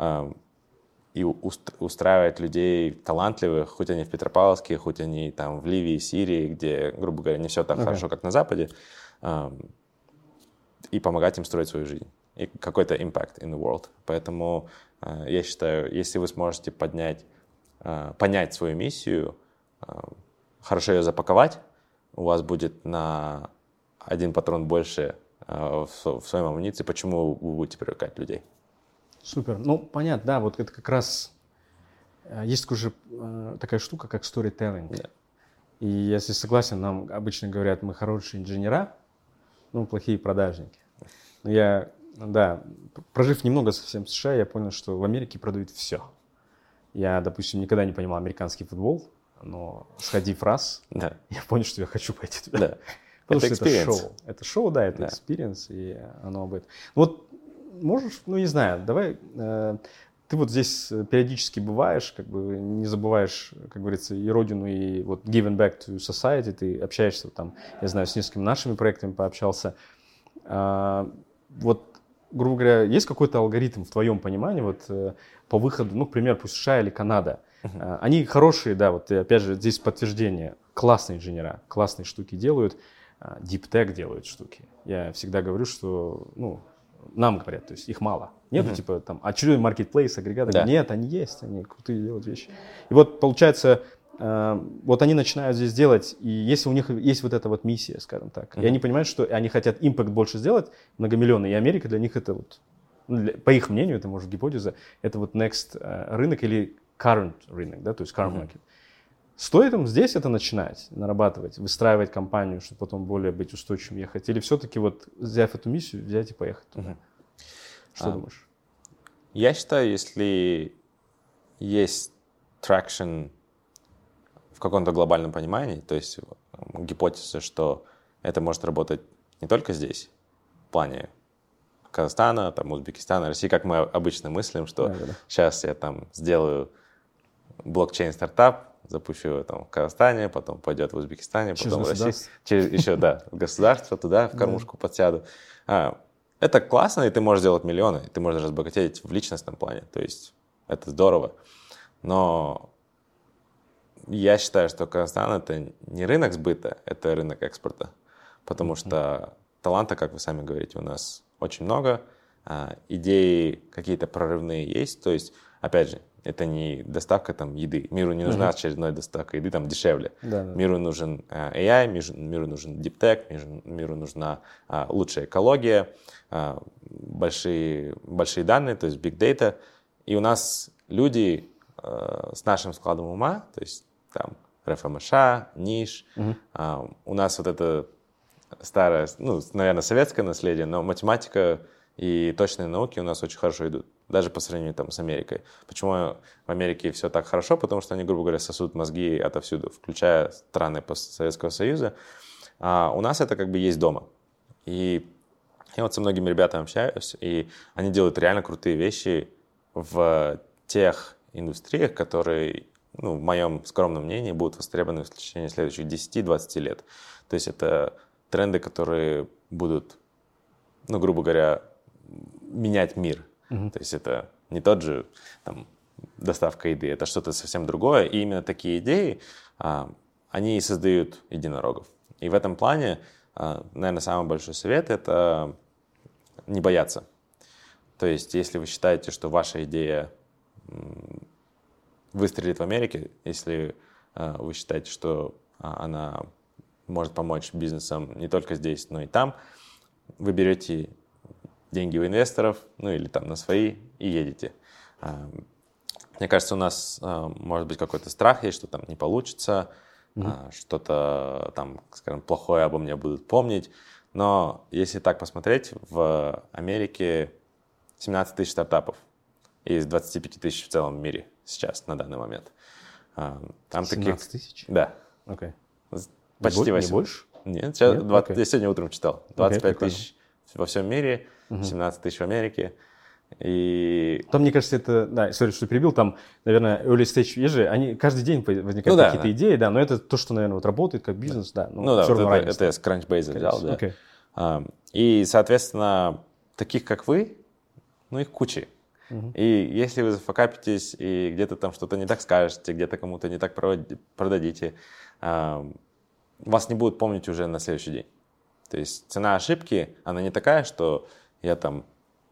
и устраивать людей талантливых, хоть они в Петропавловске, хоть они там в Ливии, Сирии, где, грубо говоря, не все так okay. хорошо, как на Западе, и помогать им строить свою жизнь. И какой-то impact in the world. Поэтому я считаю, если вы сможете поднять, понять свою миссию, хорошо ее запаковать, у вас будет на один патрон больше в своем амуниции, почему вы будете привлекать людей. Супер. Ну, понятно, да, вот это как раз есть уже такая штука, как storytelling. Да. И я здесь согласен, нам обычно говорят, мы хорошие инженера, ну, плохие продажники. Но я, да, прожив немного совсем в США, я понял, что в Америке продают все. Я, допустим, никогда не понимал американский футбол, но сходив раз, да. я понял, что я хочу пойти туда. Да. Потому это что experience. Это шоу. Это шоу, да, это experience, да. и оно об этом. Вот можешь, ну не знаю, давай, э, ты вот здесь периодически бываешь, как бы не забываешь, как говорится, и родину, и вот giving back to society, ты общаешься там, я знаю, с несколькими нашими проектами пообщался. Э, вот, грубо говоря, есть какой-то алгоритм в твоем понимании вот э, по выходу, ну, к примеру, пусть США или Канада, uh-huh. они хорошие, да, вот опять же здесь подтверждение, классные инженера, классные штуки делают, deep tech делают штуки. Я всегда говорю, что, ну, нам говорят, то есть их мало. Нету uh-huh. типа там очередной marketplace, агрегатор. Да. Нет, они есть, они крутые делают вещи. И вот получается, э, вот они начинают здесь делать, и если у них есть вот эта вот миссия, скажем так, uh-huh. и они понимают, что они хотят импакт больше сделать, многомиллионный, и Америка для них это вот, ну, для, по их мнению, это может гипотеза, это вот next э, рынок или current рынок, да, то есть current uh-huh. market. Стоит им здесь это начинать, нарабатывать, выстраивать компанию, чтобы потом более быть устойчивым ехать? Или все-таки вот взяв эту миссию, взять и поехать туда? Угу. Что а, думаешь? Я считаю, если есть traction в каком-то глобальном понимании, то есть гипотеза, что это может работать не только здесь, в плане Казахстана, там, Узбекистана, России, как мы обычно мыслим, что да, да, да. сейчас я там сделаю блокчейн-стартап, запущу его там в Казахстане, потом пойдет в Узбекистане, через потом в России. Через еще, да, в государство, туда, в кормушку подсяду. А, это классно, и ты можешь делать миллионы, и ты можешь разбогатеть в личностном плане. То есть это здорово. Но я считаю, что Казахстан — это не рынок сбыта, это рынок экспорта. Потому что mm-hmm. таланта, как вы сами говорите, у нас очень много. А, идеи какие-то прорывные есть. То есть, опять же, это не доставка там, еды. Миру не нужна mm-hmm. очередная доставка еды, там дешевле. Да, да. Миру нужен а, эй ай, миру нужен Deep Tech, миру, миру нужна а, лучшая экология, а, большие, большие данные, то есть Big Data. И у нас люди а, с нашим складом ума, то есть там РФМШ, НИШ, mm-hmm. а, у нас вот это старое, ну, наверное, советское наследие, но математика и точные науки у нас очень хорошо идут, даже по сравнению там с Америкой. Почему в Америке все так хорошо? Потому что они, грубо говоря, сосут мозги отовсюду, включая страны постсоветского союза. А у нас это как бы есть дома. И я вот со многими ребятами общаюсь, и они делают реально крутые вещи в тех индустриях, которые, ну, в моем скромном мнении, будут востребованы в течение следующих десяти-двадцати лет. То есть это тренды, которые будут, ну, грубо говоря, менять мир. Mm-hmm. То есть это не тот же там, доставка еды, это что-то совсем другое. И именно такие идеи, а, они создают единорогов. И в этом плане, а, наверное, самый большой совет — это не бояться. То есть если вы считаете, что ваша идея выстрелит в Америке, если а, вы считаете, что а, она может помочь бизнесам не только здесь, но и там, вы берете деньги у инвесторов, ну или там на свои, и едете. Мне кажется, у нас может быть какой-то страх есть, что там не получится, mm-hmm. что-то там, скажем, плохое обо мне будут помнить. Но если так посмотреть, в Америке семнадцать тысяч стартапов из двадцати пяти тысяч в целом мире сейчас, на данный момент. Там семнадцать тысяч? Да. Okay. Почти восемь. Не больше? Нет, сейчас Нет? двадцать, Okay. я сегодня утром читал. двадцать пять okay, тысяч во всем мире, uh-huh. семнадцать тысяч в Америке. И... Там, мне кажется, это, да, сори, что перебил, там, наверное, early stage есть же, они каждый день возникают ну, какие-то да, идеи, да, но это то, что, наверное, вот работает как бизнес, да. Ну, ну да, вот это, это я с Crunchbase взял, да. Okay. Um, и, соответственно, таких, как вы, ну, их куча. Uh-huh. И если вы зафакапитесь и где-то там что-то не так скажете, где-то кому-то не так продадите, um, вас не будут помнить уже на следующий день. То есть цена ошибки, она не такая, что я там,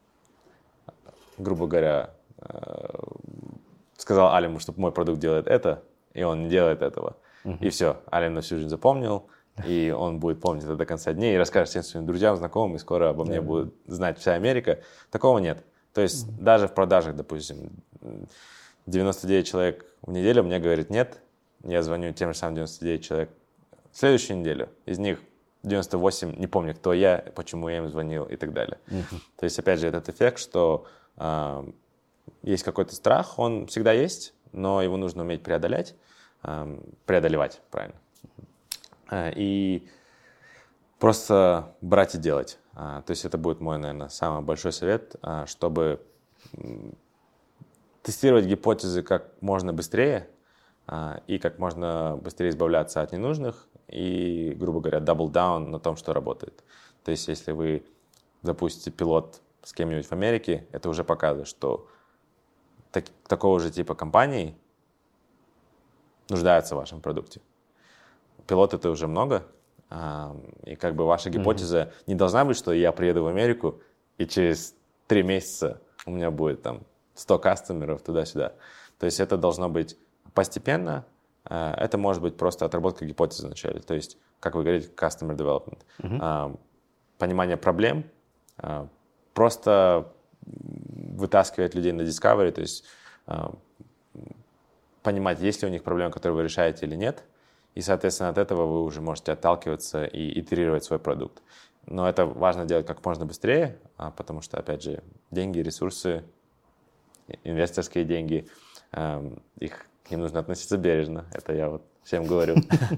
грубо говоря, сказал Алиму, чтобы мой продукт делает это, и он не делает этого. Uh-huh. И все, Алим на всю жизнь запомнил, и он будет помнить это до конца дней, и расскажет всем своим друзьям, знакомым, и скоро обо мне yeah. будет знать вся Америка. Такого нет. То есть uh-huh. даже в продажах, допустим, девяносто девять человек в неделю мне говорит нет, я звоню тем же самым девяносто девять человек в следующую неделю, из них девяносто восемь не помню, кто я, почему я им звонил и так далее. Uh-huh. То есть, опять же, этот эффект, что э, есть какой-то страх, он всегда есть, но его нужно уметь преодолеть, э, преодолевать, правильно. Э, и просто брать и делать. Э, то есть, это будет мой, наверное, самый большой совет, э, чтобы э, тестировать гипотезы как можно быстрее э, и как можно быстрее избавляться от ненужных, и, грубо говоря, double down на том, что работает. То есть, если вы запустите пилот с кем-нибудь в Америке, это уже показывает, что так, такого же типа компании нуждаются в вашем продукте. Пилот — это уже много, и как бы ваша гипотеза mm-hmm. не должна быть, что я приеду в Америку, и через три месяца у меня будет там сто кастомеров туда-сюда. То есть, это должно быть постепенно. Это может быть просто отработка гипотезы вначале, то есть, как вы говорите, customer development, uh-huh. понимание проблем, просто вытаскивать людей на discovery, то есть понимать, есть ли у них проблемы, которые вы решаете или нет, и, соответственно, от этого вы уже можете отталкиваться и итерировать свой продукт. Но это важно делать как можно быстрее, потому что, опять же, деньги, ресурсы, инвесторские деньги, их к ним нужно относиться бережно, это я вот всем говорю.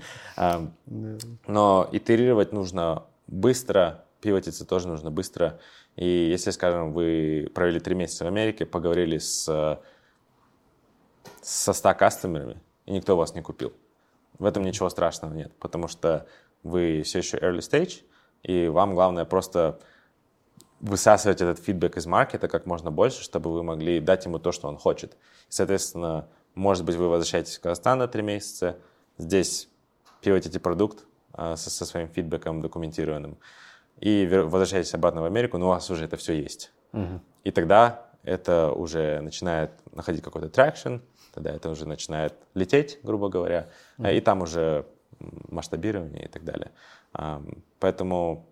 Но итерировать нужно быстро, пивотиться тоже нужно быстро. И если, скажем, вы провели три месяца в Америке, поговорили с, со ста кастомерами, и никто вас не купил, в этом ничего страшного нет, потому что вы все еще early stage, и вам главное просто высасывать этот фидбэк из маркета как можно больше, чтобы вы могли дать ему то, что он хочет. И, соответственно, Может быть, вы возвращаетесь в Казахстан на три месяца, здесь пивотите продукт со, со своим фидбэком документированным, и возвращаетесь обратно в Америку, но у вас уже это все есть. Uh-huh. И тогда это уже начинает находить какой-то тракшн, тогда это уже начинает лететь, грубо говоря, uh-huh. и там уже масштабирование и так далее. Поэтому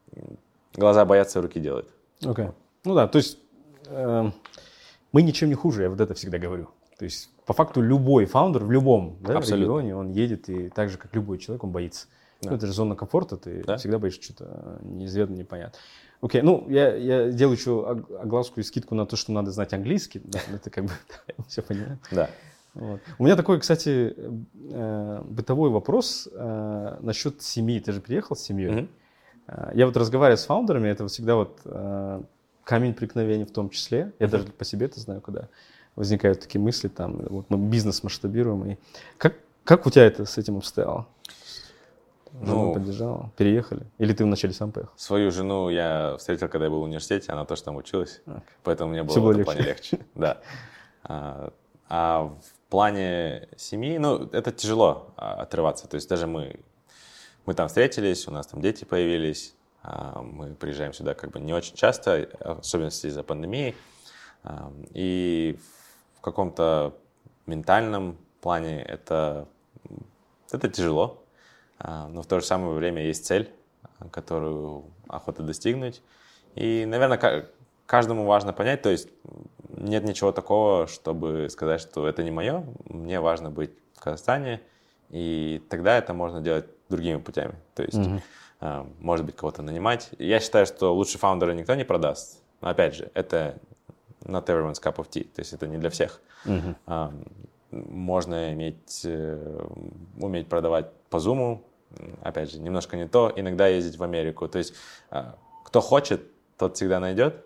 глаза боятся, руки делают. Окей. Okay. Ну да, то есть э, мы ничем не хуже, я вот это всегда говорю. То есть по факту любой фаундер в любом да, регионе, он едет, и так же, как любой человек, он боится. Да. Ну, это же зона комфорта, ты да? всегда боишься что-то неизведанное, непонятно. Окей, ну, я, я делаю еще огласку и скидку на то, что надо знать английский. Да, это как бы все понимаю. Да. Вот. У меня такой, кстати, бытовой вопрос насчет семьи. Ты же приехал с семьей. Mm-hmm. Я вот разговариваю с фаундерами, это всегда вот камень преткновения в том числе. Я mm-hmm. даже по себе это знаю, когда возникают такие мысли, там, вот мы бизнес масштабируем. И как, как у тебя это с этим обстояло? Жена ну, поддержала, переехали? Или ты вначале сам поехал? Свою жену я встретил, когда я был в университете, она тоже там училась, okay. поэтому мне было Все в было этом легче. плане легче. Да. А, а в плане семьи, ну, это тяжело а, отрываться. То есть даже мы, мы там встретились, у нас там дети появились, а, мы приезжаем сюда как бы не очень часто, особенно из-за пандемии. А, и в каком-то ментальном плане это, это тяжело. Но в то же самое время есть цель, которую охота достигнуть. И, наверное, каждому важно понять, то есть нет ничего такого, чтобы сказать, что это не мое, мне важно быть в Казахстане, и тогда это можно делать другими путями. То есть, mm-hmm. может быть, кого-то нанимать. Я считаю, что лучше фаундера никто не продаст. Но, опять же, это not everyone's cup of tea, то есть это не для всех. Mm-hmm. Можно иметь, уметь продавать по Zoom, опять же, немножко не то, иногда ездить в Америку. То есть, кто хочет, тот всегда найдет.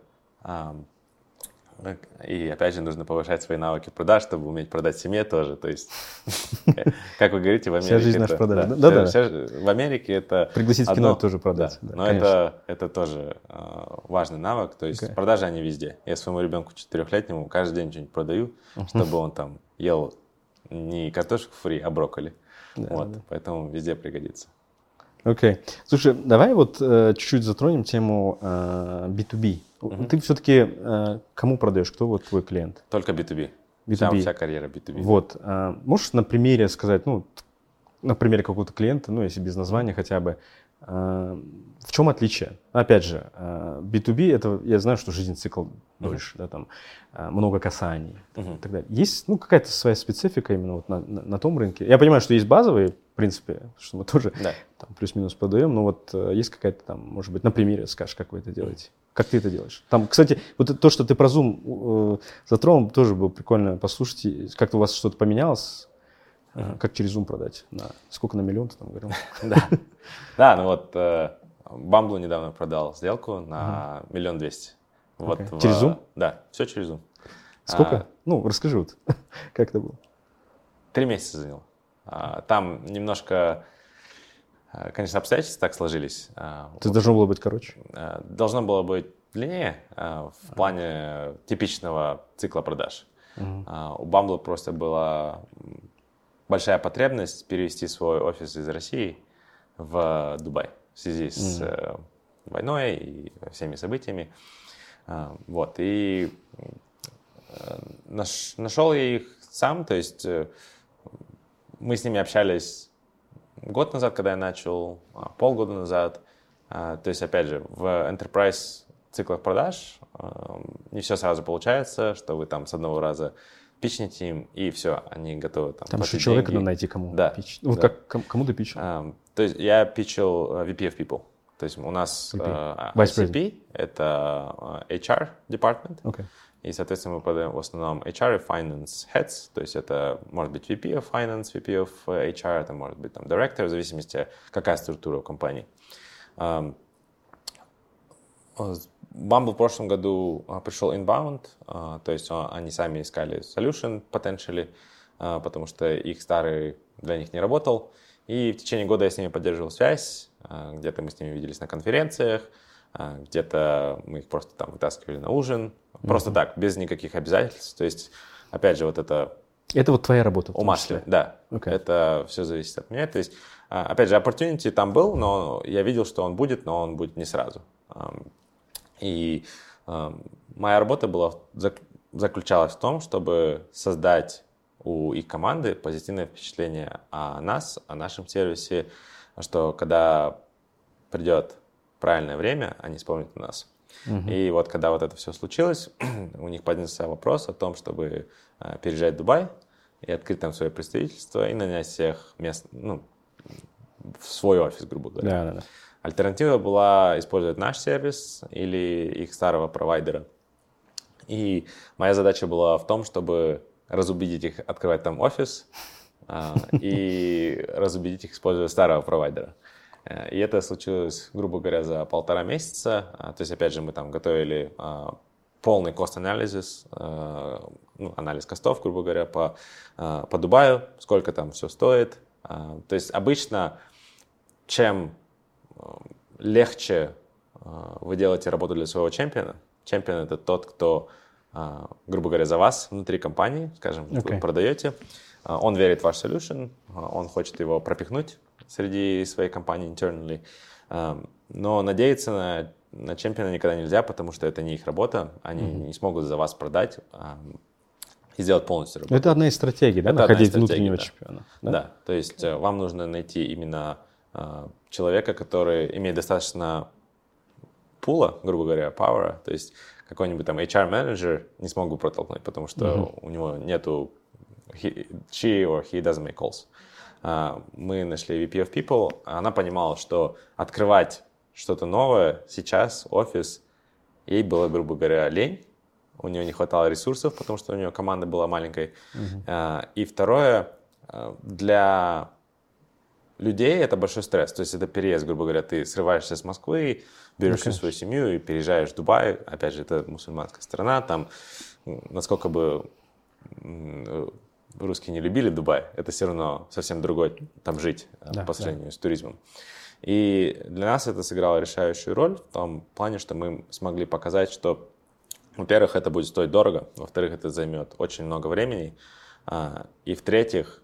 И, опять же, нужно повышать свои навыки продаж, чтобы уметь продать семье тоже. То есть, как вы говорите, в Америке... Вся жизнь наша продажа. Да, да. В Америке это... Пригласить в кино тоже продать. Но это, это тоже важный навык. То есть, продажи, они везде. Я своему ребенку четырехлетнему каждый день что-нибудь продаю, чтобы он там ел не картошку фри, а брокколи. Вот, поэтому везде пригодится. Окей. Okay. Слушай, давай вот э, чуть-чуть затронем тему э, би ту би. Uh-huh. Ты все-таки э, кому продаешь? Кто вот твой клиент? Только би ту би. би ту би. Вся, вся карьера би ту би. Вот. Э, можешь на примере сказать, ну, на примере какого-то клиента, ну, если без названия хотя бы, э, в чем отличие? Опять же, э, би ту би, это, я знаю, что жизненный цикл uh-huh. дольше, да, там э, много касаний uh-huh. и так далее. Есть, ну, какая-то своя специфика именно вот на, на, на том рынке? Я понимаю, что есть базовые, в принципе, что мы тоже да. там, плюс-минус продаем, но вот э, есть какая-то там, может быть, на примере скажешь, как вы это делаете? Как ты это делаешь? Там, кстати, вот то, что ты про Zoom э, затронул, тоже было прикольно послушать. Как-то у вас что-то поменялось? Uh-huh. Как через Zoom продать? На, сколько на миллион ты там говорил? Да, да, ну вот Bumble недавно продал сделку на миллион двести. Через Zoom? Да, все через Zoom. Сколько? Ну, расскажи вот, как это было. Три месяца заняло. Там немножко, конечно, обстоятельства так сложились. То есть должно было быть короче? Должно было быть длиннее в плане типичного цикла продаж. Uh-huh. У Bumble просто была большая потребность перевести свой офис из России в Дубай в связи uh-huh. с войной и всеми событиями. Вот. И наш, нашел я их сам, то есть мы с ними общались год назад, когда я начал, полгода назад. То есть, опять же, в enterprise циклах продаж не все сразу получается, что вы там с одного раза пичните им, и все, они готовы. Там, там еще человека надо найти, кому да, пичить. Вот да. как, кому ты пичил? Um, то есть я пичил ви пи of People. То есть у нас uh, ай си пи — это эйч ар department. Okay. И, соответственно, мы продаем в основном эйч ар и finance heads, то есть это может быть ви пи of finance, ви пи of эйч ар, это может быть там director, в зависимости, какая структура у компании. Um, Bumble в прошлом году пришел inbound, uh, то есть uh, они сами искали solution potentially, uh, потому что их старый для них не работал. И в течение года я с ними поддерживал связь, uh, где-то мы с ними виделись на конференциях, uh, где-то мы их просто там вытаскивали на ужин, mm-hmm. просто так, без никаких обязательств. То есть, опять же, вот это Это вот твоя работа? Умаслив, да. Okay. Это все зависит от меня. То есть, опять же, opportunity там был, но я видел, что он будет, но он будет не сразу. И моя работа была, заключалась в том, чтобы создать у их команды позитивное впечатление о нас, о нашем сервисе, что когда придет правильное время, они вспомнят о нас. Uh-huh. И вот когда вот это все случилось, у них поднялся вопрос о том, чтобы э, переезжать в Дубай и открыть там свое представительство и нанять всех мест, ну, в свой офис, грубо говоря. Да, да, да. Альтернатива была использовать наш сервис или их старого провайдера. И моя задача была в том, чтобы разубедить их открывать там офис э, и разубедить их использовать старого провайдера. И это случилось, грубо говоря, за полтора месяца. То есть, опять же, мы там готовили полный кост-анализ, ну, анализ костов, грубо говоря, по, по Дубаю, сколько там все стоит. То есть, обычно, чем легче вы делаете работу для своего чемпиона, чемпион — это тот, кто, грубо говоря, за вас внутри компании, скажем, okay. вы продаете, он верит в ваш solution, он хочет его пропихнуть среди своей компании internally. Но надеяться на, на чемпиона никогда нельзя, потому что это не их работа. Они mm-hmm. не смогут за вас продать и сделать полностью работу. Это одна из стратегий, да? Это находить внутреннего да. чемпиона. Да? да, то есть вам нужно найти именно человека, который имеет достаточно пула, грубо говоря, power. То есть какой-нибудь там эйч ар-менеджер не смог бы протолкнуть, потому что mm-hmm. у него нету he, she or he doesn't make calls. Мы нашли ви пи of People, она понимала, что открывать что-то новое сейчас, офис, ей было, грубо говоря, лень, у нее не хватало ресурсов, потому что у нее команда была маленькой. Uh-huh. И второе, для людей это большой стресс, то есть это переезд, грубо говоря, ты срываешься с Москвы, берешь всю свою семью и переезжаешь в Дубай, опять же, это мусульманская страна, там, насколько бы русские не любили Дубай, это все равно совсем другой там жить да, по сравнению да. с туризмом. И для нас это сыграло решающую роль в том плане, что мы смогли показать, что, во-первых, это будет стоить дорого, во-вторых, это займет очень много времени, и в-третьих,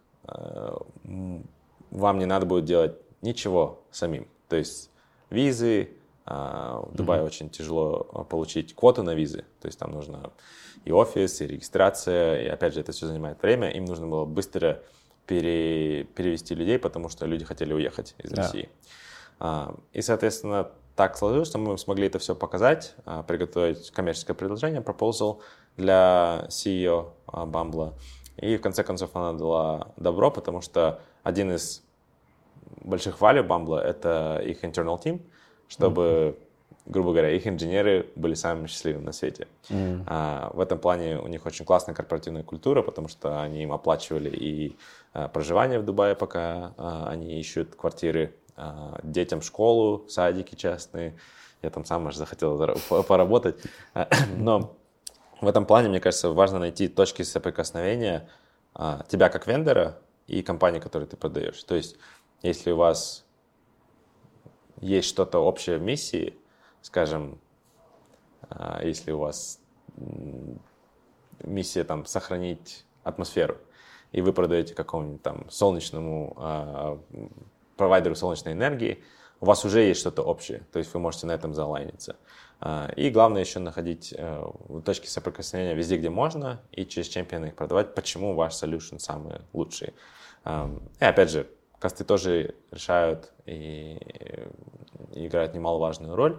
вам не надо будет делать ничего самим. То есть визы, в Дубае mm-hmm. очень тяжело получить квоту на визы, то есть там нужно и офис, и регистрация, и опять же это все занимает время, им нужно было быстро пере, перевести людей, потому что люди хотели уехать из yeah. России. И, соответственно, так сложилось, что мы смогли это все показать, приготовить коммерческое предложение, proposal для си и о Bumble, и в конце концов она дала добро, потому что один из больших value Bumble — это их internal team, чтобы, грубо говоря, их инженеры были самыми счастливыми на свете. Mm. А, в этом плане у них очень классная корпоративная культура, потому что они им оплачивали и а, проживание в Дубае, пока а, они ищут квартиры, а, детям школу, садики частные. Я там сам аж захотел поработать. Но в этом плане, мне кажется, важно найти точки соприкосновения а, тебя как вендора и компании, которую ты продаешь. То есть, если у вас есть что-то общее в миссии, скажем, если у вас миссия там сохранить атмосферу, и вы продаете какому-нибудь там солнечному э, провайдеру солнечной энергии, у вас уже есть что-то общее, то есть вы можете на этом залайниться. Э, и главное еще находить э, точки соприкосновения везде, где можно, и через чемпиона их продавать, почему ваш solution самый лучший. Э, и опять же, косты тоже решают и, и играют немаловажную роль,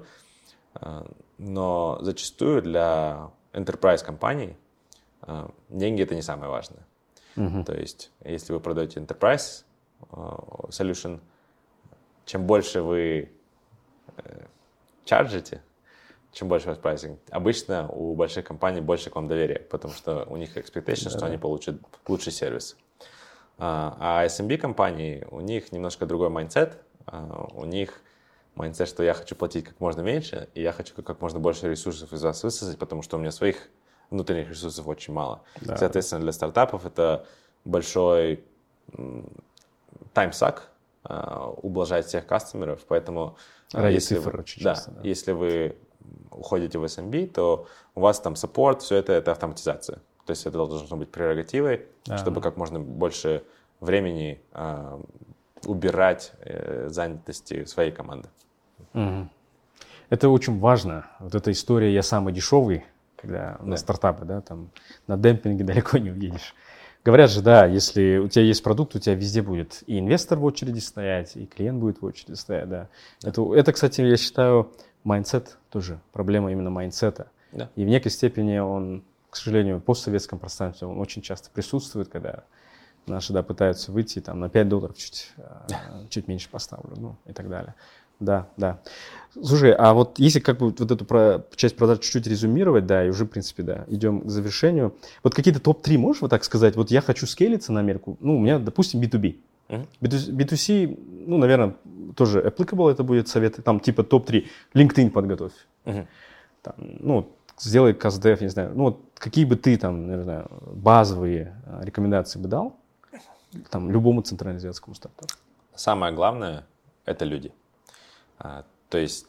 но зачастую для enterprise компаний деньги — это не самое важное. Uh-huh. То есть, если вы продаете enterprise solution, чем больше вы чарджите, чем больше у вас прайсинг, обычно у больших компаний больше к вам доверия, потому что у них expectation, uh-huh. что они получат лучший сервис. А эс эм би компании, у них немножко другой майндсет, у них майндсет, что я хочу платить как можно меньше, и я хочу как можно больше ресурсов из вас высосать, потому что у меня своих внутренних ресурсов очень мало. Да. Соответственно, для стартапов это большой таймсак, ублажать всех кастомеров, поэтому Ради если, цифр вы, очень да, часто, да. если вы уходите в эс эм би, то у вас там саппорт, все это, это автоматизация. То есть это должно быть прерогативой, а-а-а. чтобы как можно больше времени э, убирать э, занятости своей команды. Угу. Это очень важно. Вот эта история «я самый дешевый», когда на да. стартапы, да, там на демпинге далеко не уедешь. Говорят же, да, если у тебя есть продукт, у тебя везде будет и инвестор в очереди стоять, и клиент будет в очереди стоять, да. да. Это, это, кстати, я считаю, майндсет тоже, проблема именно майндсета. Да. И в некой степени он, к сожалению, в постсоветском пространстве он очень часто присутствует, когда наши, да, пытаются выйти там на пять долларов, чуть, чуть меньше поставлю, ну и так далее. Да, да. Слушай, а вот если как бы вот эту про, часть продаж чуть-чуть резюмировать, да, и уже, в принципе, да, идем к завершению. Вот какие-то топ три можешь вот так сказать? Вот я хочу скейлиться на Америку, ну, у меня, допустим, би ту би. Uh-huh. би ту си, ну, наверное, тоже applicable это будет советы, там типа топ три. LinkedIn подготовь. Uh-huh. Там, ну, сделай каздев, не знаю. Ну, вот какие бы ты там, не знаю, базовые рекомендации бы дал там любому централизованному стартапу? Самое главное – это люди. А, то есть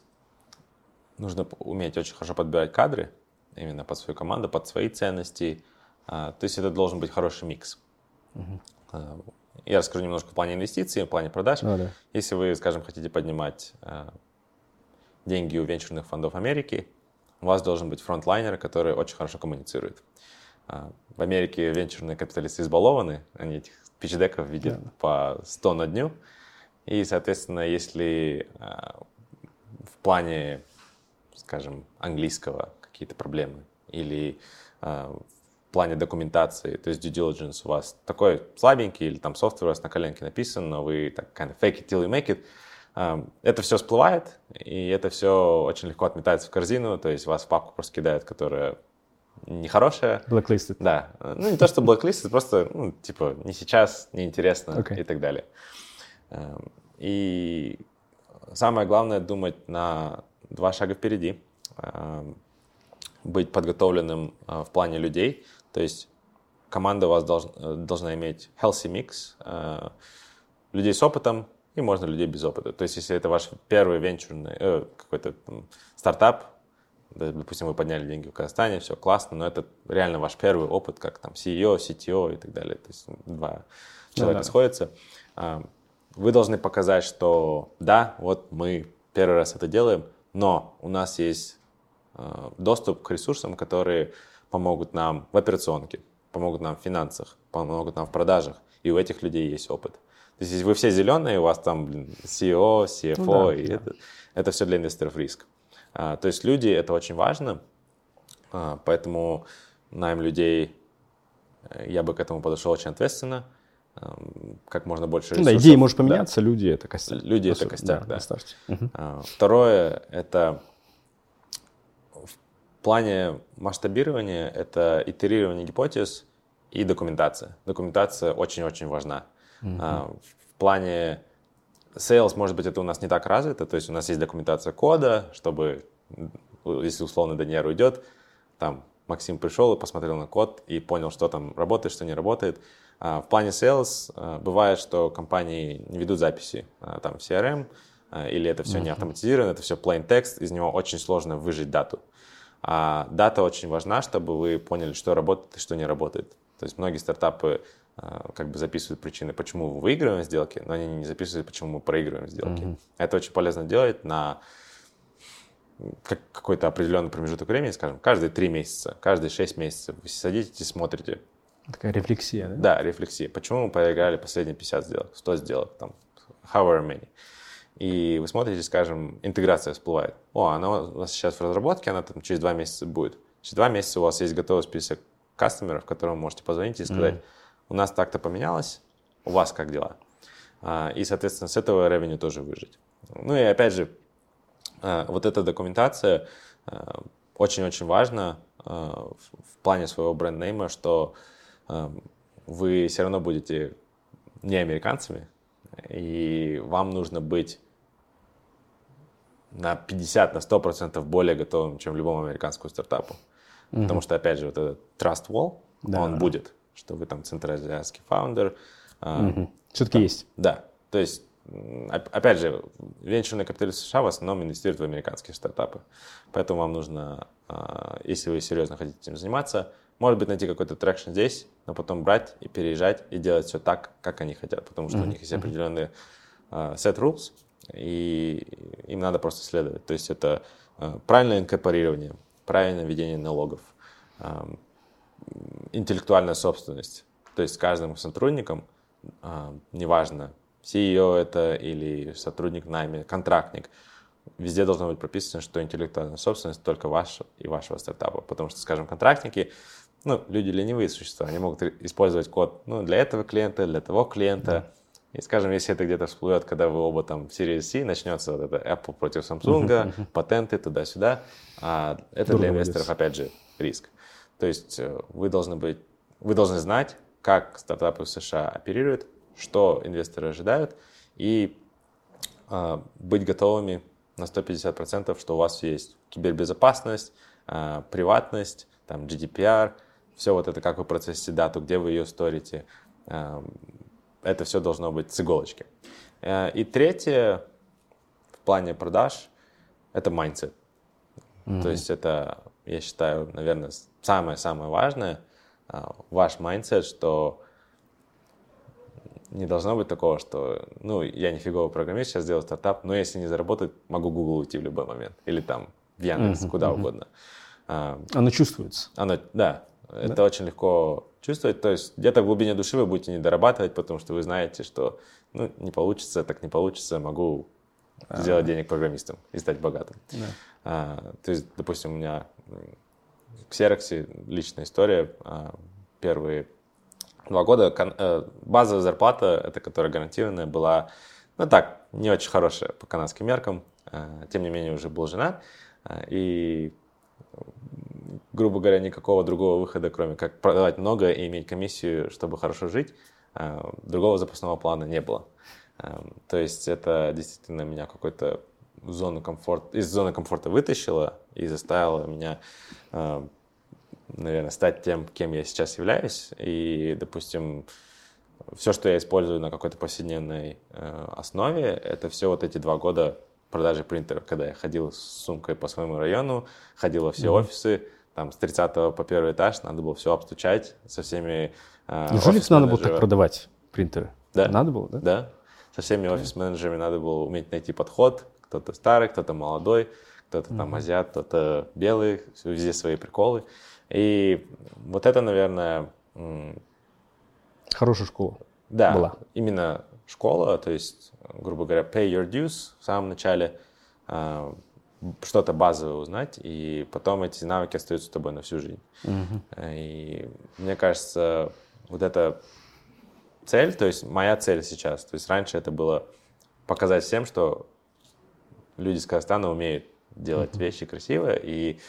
нужно уметь очень хорошо подбирать кадры именно под свою команду, под свои ценности. А, то есть это должен быть хороший микс. Uh-huh. А, я расскажу немножко в плане инвестиций, в плане продаж. Oh, да. Если вы, скажем, хотите поднимать а, деньги у венчурных фондов Америки, у вас должен быть фронтлайнер, который очень хорошо коммуницирует. А, в Америке венчурные капиталисты избалованы, они этих пич-деков видят yeah. по сто на дню. И, соответственно, если э, в плане, скажем, английского какие-то проблемы или э, в плане документации, то есть due diligence у вас такой слабенький или там софтвер у вас на коленке написан, но вы так kind of fake it till you make it, э, это все всплывает, и это все очень легко отметается в корзину, то есть вас в папку просто кидают, которая нехорошая. Blacklisted. Да. Ну, не то, что blacklisted, просто, ну, типа, не сейчас, неинтересно okay. и так далее. И самое главное думать на два шага впереди, быть подготовленным в плане людей, то есть команда у вас должна, должна иметь healthy mix, людей с опытом и можно людей без опыта. То есть если это ваш первый венчурный э, какой-то там, стартап, допустим, вы подняли деньги в Казахстане, все классно, но это реально ваш первый опыт, как там си и о, си ти о и так далее, то есть два человека да, сходятся. Вы должны показать, что да, вот мы первый раз это делаем, но у нас есть э, доступ к ресурсам, которые помогут нам в операционке, помогут нам в финансах, помогут нам в продажах, и у этих людей есть опыт. То есть если вы все зеленые, у вас там блин, си и о, си эф о, ну, да, и да. Это, это все для инвесторов риск. А, то есть люди, это очень важно, а, поэтому найм людей, я бы к этому подошел очень ответственно. Как можно больше ресурсов. Да, идеи может поменяться, да. люди это костяк. Люди это костяк, да. да. Угу. А, второе, это в плане масштабирования, это итерирование гипотез и документация. Документация очень-очень важна. Угу. А, в плане sales, может быть, это у нас не так развито, то есть у нас есть документация кода, чтобы, если условно Даниэр уйдет, там Максим пришел и посмотрел на код и понял, что там работает, что не работает. В плане sales бывает, что компании не ведут записи там, в си ар эм, или это все uh-huh. не автоматизировано, это все plain text, из него очень сложно выжать дату. А дата очень важна, чтобы вы поняли, что работает и что не работает. То есть многие стартапы как бы записывают причины, почему мы выигрываем сделки, но они не записывают, почему мы проигрываем сделки. Uh-huh. Это очень полезно делать на какой-то определенный промежуток времени, скажем, каждые три месяца, каждые шесть месяцев. Вы садитесь и смотрите. Такая рефлексия, да? Да, рефлексия. Почему мы проиграли последние пятьдесят сделок, сто сделок, там, however many. И вы смотрите, скажем, интеграция всплывает. О, она у нас сейчас в разработке, она там через два месяца будет. Через два месяца у вас есть готовый список кастомеров, которым вы можете позвонить и сказать, mm. у нас так-то поменялось, у вас как дела? И, соответственно, с этого revenue тоже выжить. Ну и опять же, вот эта документация очень-очень важна в плане своего бренд-нейма, что вы все равно будете не американцами, и вам нужно быть на пятьдесят, на сто процентов более готовым, чем любому американскому стартапу. Mm-hmm. Потому что, опять же, вот этот trust wall, да. он будет, что вы там центральноазиатский фаундер. Mm-hmm. Все-таки да, есть. Да, то есть, опять же, венчурные капиталисты США в основном инвестируют в американские стартапы. Поэтому вам нужно, если вы серьезно хотите этим заниматься, Может быть, найти какой-то трекшн здесь, но потом брать и переезжать и делать все так, как они хотят, потому что mm-hmm. у них есть определенные uh, set rules, и им надо просто следовать. То есть это uh, правильное инкорпорирование, правильное ведение налогов, uh, интеллектуальная собственность. То есть каждым сотрудником, uh, неважно, си и о это или сотрудник в найме, контрактник, везде должно быть прописано, что интеллектуальная собственность только ваша и вашего стартапа. Потому что, скажем, контрактники, ну, люди ленивые существа, они могут использовать код ну, для этого клиента, для того клиента. Да. И, скажем, если это где-то всплывет, когда вы оба там в Series C, начнется вот это Apple против Samsung, uh-huh, uh-huh. патенты туда-сюда. А это Дурно для инвесторов, опять же, риск. То есть вы должны быть, вы должны знать, как стартапы в США оперируют, что инвесторы ожидают, и э, быть готовыми на сто пятьдесят процентов, что у вас есть кибербезопасность, э, приватность, там, джи ди пи ар, все вот это, как вы процессите дату, где вы ее сторите, э, это все должно быть с иголочки. Э, и третье, в плане продаж, это mindset. Mm-hmm. То есть это, я считаю, наверное, самое-самое важное, э, ваш mindset, что не должно быть такого, что, ну, я не фиговый программист, сейчас сделаю стартап, но если не заработать, могу Google уйти в любой момент. Или там в Яндекс, uh-huh, куда uh-huh. угодно. Оно чувствуется. Оно, да, да, это очень легко чувствовать. То есть где-то в глубине души вы будете не дорабатывать, потому что вы знаете, что, ну, не получится, так не получится, могу uh-huh. сделать денег программистом и стать богатым. Uh-huh. А, то есть, допустим, у меня в Xerox личная история. Первые Два года базовая зарплата, это которая гарантированная, была, ну так, не очень хорошая по канадским меркам. Тем не менее, уже был женат. И, грубо говоря, никакого другого выхода, кроме как продавать много и иметь комиссию, чтобы хорошо жить, другого запасного плана не было. То есть это действительно меня какой-то в зону комфорта, из зоны комфорта вытащило и заставило меня, наверное, стать тем, кем я сейчас являюсь. И, допустим, все, что я использую на какой-то повседневной э, основе, это все вот эти два года продажи принтеров, когда я ходил с сумкой по своему району, ходил во все mm-hmm. офисы, там с тридцатого по первый этаж, надо было все обстучать со всеми э, Неужели надо было так продавать принтеры? Да. Надо было, да? Да. Со всеми okay. офис-менеджерами надо было уметь найти подход. Кто-то старый, кто-то молодой, кто-то mm-hmm. там азиат, кто-то белый, везде свои приколы. И вот это, наверное... Хорошая школа. Да, была. Именно школа, то есть, грубо говоря, pay your dues в самом начале, что-то базовое узнать, и потом эти навыки остаются с тобой на всю жизнь. Uh-huh. И мне кажется, вот эта цель, то есть моя цель сейчас, то есть раньше это было показать всем, что люди из Казахстана умеют делать uh-huh. вещи красивые, и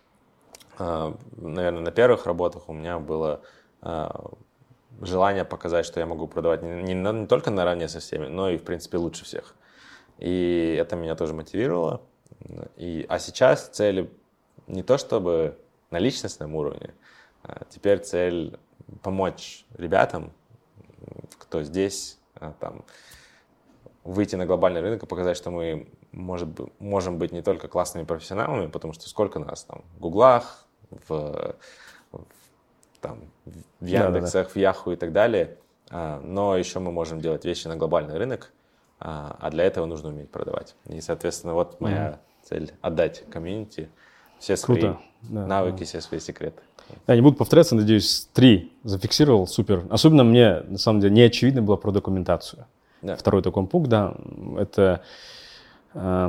наверное, на первых работах у меня было э, желание показать, что я могу продавать не, не, не только наравне со всеми, но и, в принципе, лучше всех. И это меня тоже мотивировало. И, а сейчас цель не то чтобы на личностном уровне, а теперь цель помочь ребятам, кто здесь, там, выйти на глобальный рынок и показать, что мы может, можем быть не только классными профессионалами, потому что сколько нас там в Гуглах, в, в, там, в Яндексах, да, да, да. в Яху и так далее, а, но еще мы можем делать вещи на глобальный рынок, а, а для этого нужно уметь продавать. И, соответственно, вот моя mm-hmm. цель — отдать комьюнити все свои Круто. навыки, да. все свои секреты. Я не буду повторяться, надеюсь, три зафиксировал, супер. Особенно мне, на самом деле, не очевидно было про документацию. Да. Второй такой пункт, да, это... Э,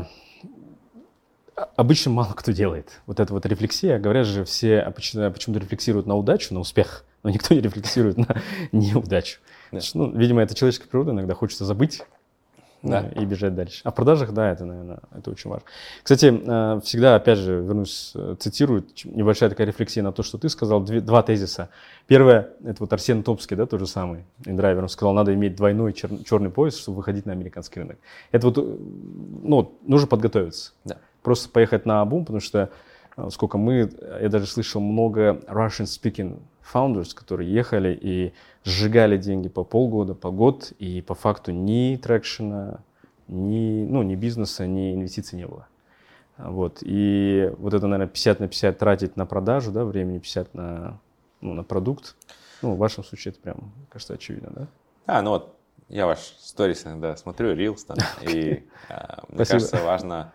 обычно мало кто делает. Вот эта вот рефлексия, говорят же все, а почему, почему-то рефлексируют на удачу, на успех, но никто не рефлексирует на неудачу. Да. Ну, видимо, это человеческая природа, иногда хочется забыть, да. и бежать дальше. А в продажах, да, это, наверное, это очень важно. Кстати, всегда, опять же, вернусь, цитирую, небольшая такая рефлексия на то, что ты сказал, две, два тезиса. Первое, это вот Арсен Топский, да, тот же самый, индрайвер, он сказал, надо иметь двойной чер, черный пояс, чтобы выходить на американский рынок. Это вот, ну, нужно подготовиться. Да. Просто поехать на бум, потому что сколько мы, я даже слышал много Russian-speaking founders, которые ехали и сжигали деньги по полгода, по год, и по факту ни трекшена, ни, ну, ни бизнеса, ни инвестиций не было. Вот. И вот это, наверное, пятьдесят на пятьдесят тратить на продажу, да, времени пятьдесят на ну, на продукт. Ну, в вашем случае это прям, кажется, очевидно, да? Да, ну вот я ваш сторис иногда смотрю, Reels там, и а, мне кажется, важно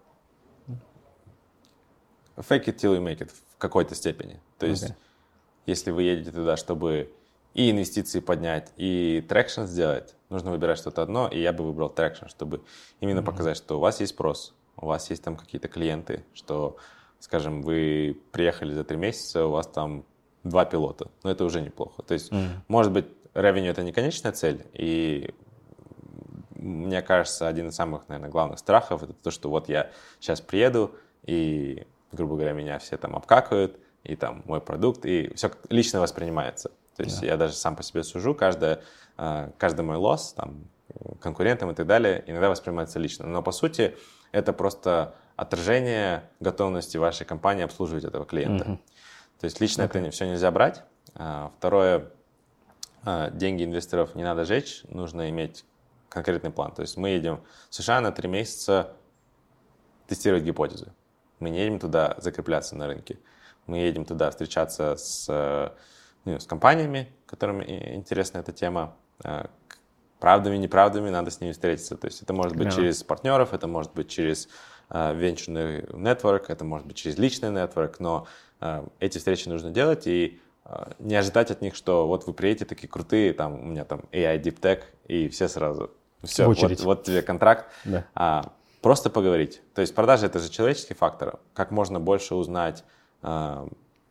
fake it till you make it в какой-то степени. То есть, okay. если вы едете туда, чтобы и инвестиции поднять, и трекшн сделать, нужно выбирать что-то одно, и я бы выбрал трекшн, чтобы именно mm-hmm. показать, что у вас есть спрос, у вас есть там какие-то клиенты, что, скажем, вы приехали за три месяца, у вас там два пилота, но это уже неплохо. То есть, mm-hmm. может быть, revenue — это не конечная цель, и мне кажется, один из самых, наверное, главных страхов — это то, что вот я сейчас приеду, и, грубо говоря, меня все там обкакают, и там мой продукт, и все лично воспринимается. То есть yeah. я даже сам по себе сужу, каждое, каждый мой лосс, там, конкурентам и так далее, иногда воспринимается лично. Но по сути это просто отражение готовности вашей компании обслуживать этого клиента. Mm-hmm. То есть лично okay. это все нельзя брать. Второе, деньги инвесторов не надо жечь, нужно иметь конкретный план. То есть мы едем в США на три месяца тестировать гипотезы. Мы не едем туда закрепляться на рынке. Мы едем туда встречаться с, ну, с компаниями, которым интересна эта тема. Правдами, неправдами надо с ними встретиться. То есть это может быть yeah. через партнеров, это может быть через венчурный uh, нетворк, это может быть через личный нетворк, но uh, эти встречи нужно делать и uh, не ожидать от них, что вот вы приедете такие крутые, там у меня там эй ай, Deep Tech, и все сразу, все, вот, вот тебе контракт. Yeah. Uh, просто поговорить. То есть продажи — это же человеческий фактор. Как можно больше узнать uh,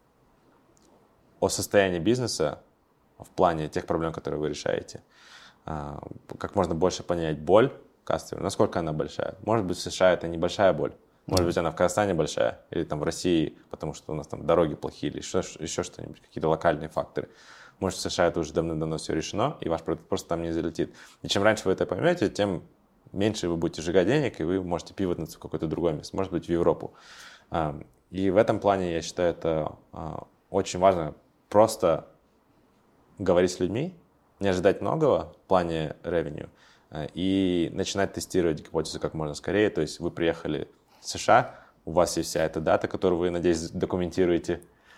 о состоянии бизнеса в плане тех проблем, которые вы решаете. Uh, как можно больше понять боль кастомера, насколько она большая. Может быть, в США это небольшая боль. Может быть, она в Казахстане большая. Или там в России, потому что у нас там дороги плохие, или еще, еще что-нибудь, какие-то локальные факторы. Может, в США это уже давно-давно все решено, и ваш продукт просто там не залетит. И чем раньше вы это поймете, тем меньше вы будете сжигать денег, и вы можете пивотнуться в какое-то другое место, может быть, в Европу. Uh, и в этом плане, я считаю, это uh, очень важно просто говорить с людьми, не ожидать многого в плане revenue и начинать тестировать гипотезу как можно скорее. То есть вы приехали в США, у вас есть вся эта дата, которую вы, надеюсь, документируете,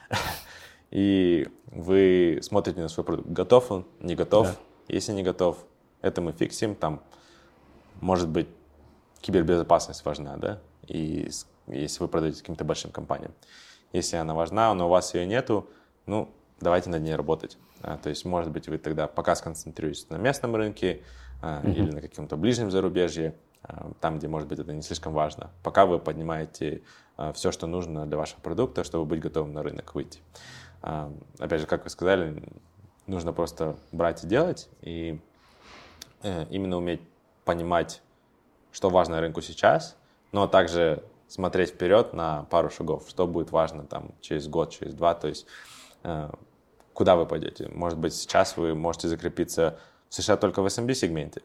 и вы смотрите на свой продукт. Готов он, не готов? Да. Если не готов, это мы фиксим. Там, может быть, кибербезопасность важна, да? И если вы продаете каким-то большим компаниям. Если она важна, но у вас ее нету, ну, давайте над ней работать. А, то есть, может быть, вы тогда пока сконцентрируетесь на местном рынке а, mm-hmm. или на каком-то ближнем зарубежье, а, там, где, может быть, это не слишком важно. Пока вы поднимаете а, все, что нужно для вашего продукта, чтобы быть готовым на рынок выйти. А, опять же, как вы сказали, нужно просто брать и делать, и э, именно уметь понимать, что важно рынку сейчас, но также смотреть вперед на пару шагов, что будет важно там через год, через два, то есть э, куда вы пойдете. Может быть, сейчас вы можете закрепиться в США только в эс эм би сегменте.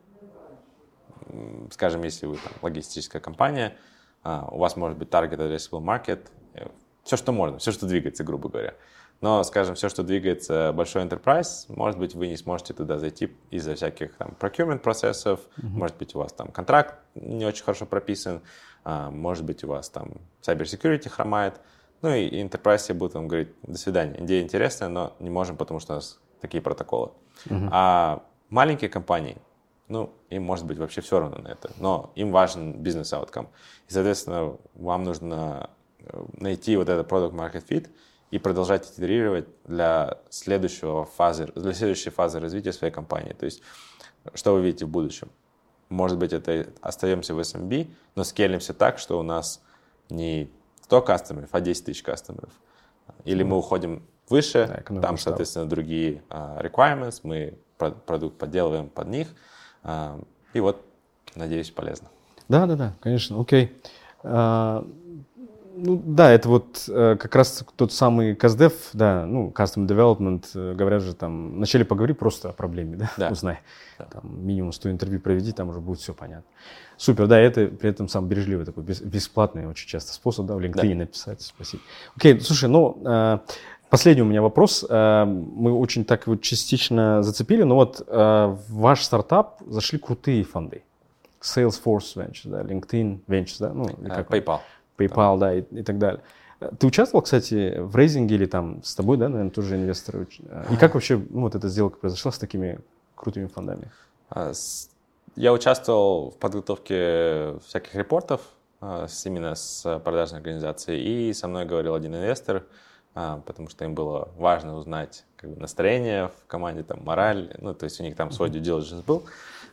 Скажем, если вы там логистическая компания, э, у вас может быть target addressable market, э, все, что можно, все, что двигается, грубо говоря. Но, скажем, все, что двигается большой enterprise, может быть, вы не сможете туда зайти из-за всяких там procurement процессов, mm-hmm. может быть, у вас там контракт не очень хорошо прописан, а, может быть, у вас там cyber security хромает. Ну и, и enterprise все будут вам говорить: до свидания, идея интересная, но не можем, потому что у нас такие протоколы. Mm-hmm. А маленькие компании, ну, им может быть вообще все равно на это, но им важен бизнес-ауткам. И, соответственно, вам нужно найти вот этот product market fit и продолжать итерировать для следующего фазы, для следующей фазы развития своей компании. То есть, что вы видите в будущем? Может быть, это остаемся в эс эм би, но скейлимся так, что у нас не сто кастомеров, а десять тысяч кастомеров. Или мы уходим выше, да, там, соответственно, другие uh, requirements, мы продукт подделываем под них. Uh, и вот, надеюсь, полезно. Да, да, да, конечно, окей. Uh... Ну да, это вот э, как раз тот самый CastDev, да, ну, Custom Development, э, говорят же там, вначале поговори просто о проблеме, да, да. узнай. Да. Там, минимум сто интервью проведи, там уже будет все понятно. Супер, да, это при этом самый бережливый такой, бес, бесплатный очень часто способ, да, в LinkedIn да. написать, спасибо. Окей, слушай, ну, э, последний у меня вопрос, э, мы очень так вот частично зацепили, но вот э, в ваш стартап зашли крутые фонды. Salesforce Ventures, да, LinkedIn Ventures, да, ну, uh, PayPal. PayPal, да, и, и так далее. Ты участвовал, кстати, в рейзинге или там с тобой, да, наверное, тоже инвесторы? И как вообще ну, вот эта сделка произошла с такими крутыми фондами? Я участвовал в подготовке всяких репортов именно с продажной организацией, и со мной говорил один инвестор, потому что им было важно узнать как бы, настроение в команде, там, мораль, ну, то есть у них там свой due diligence был.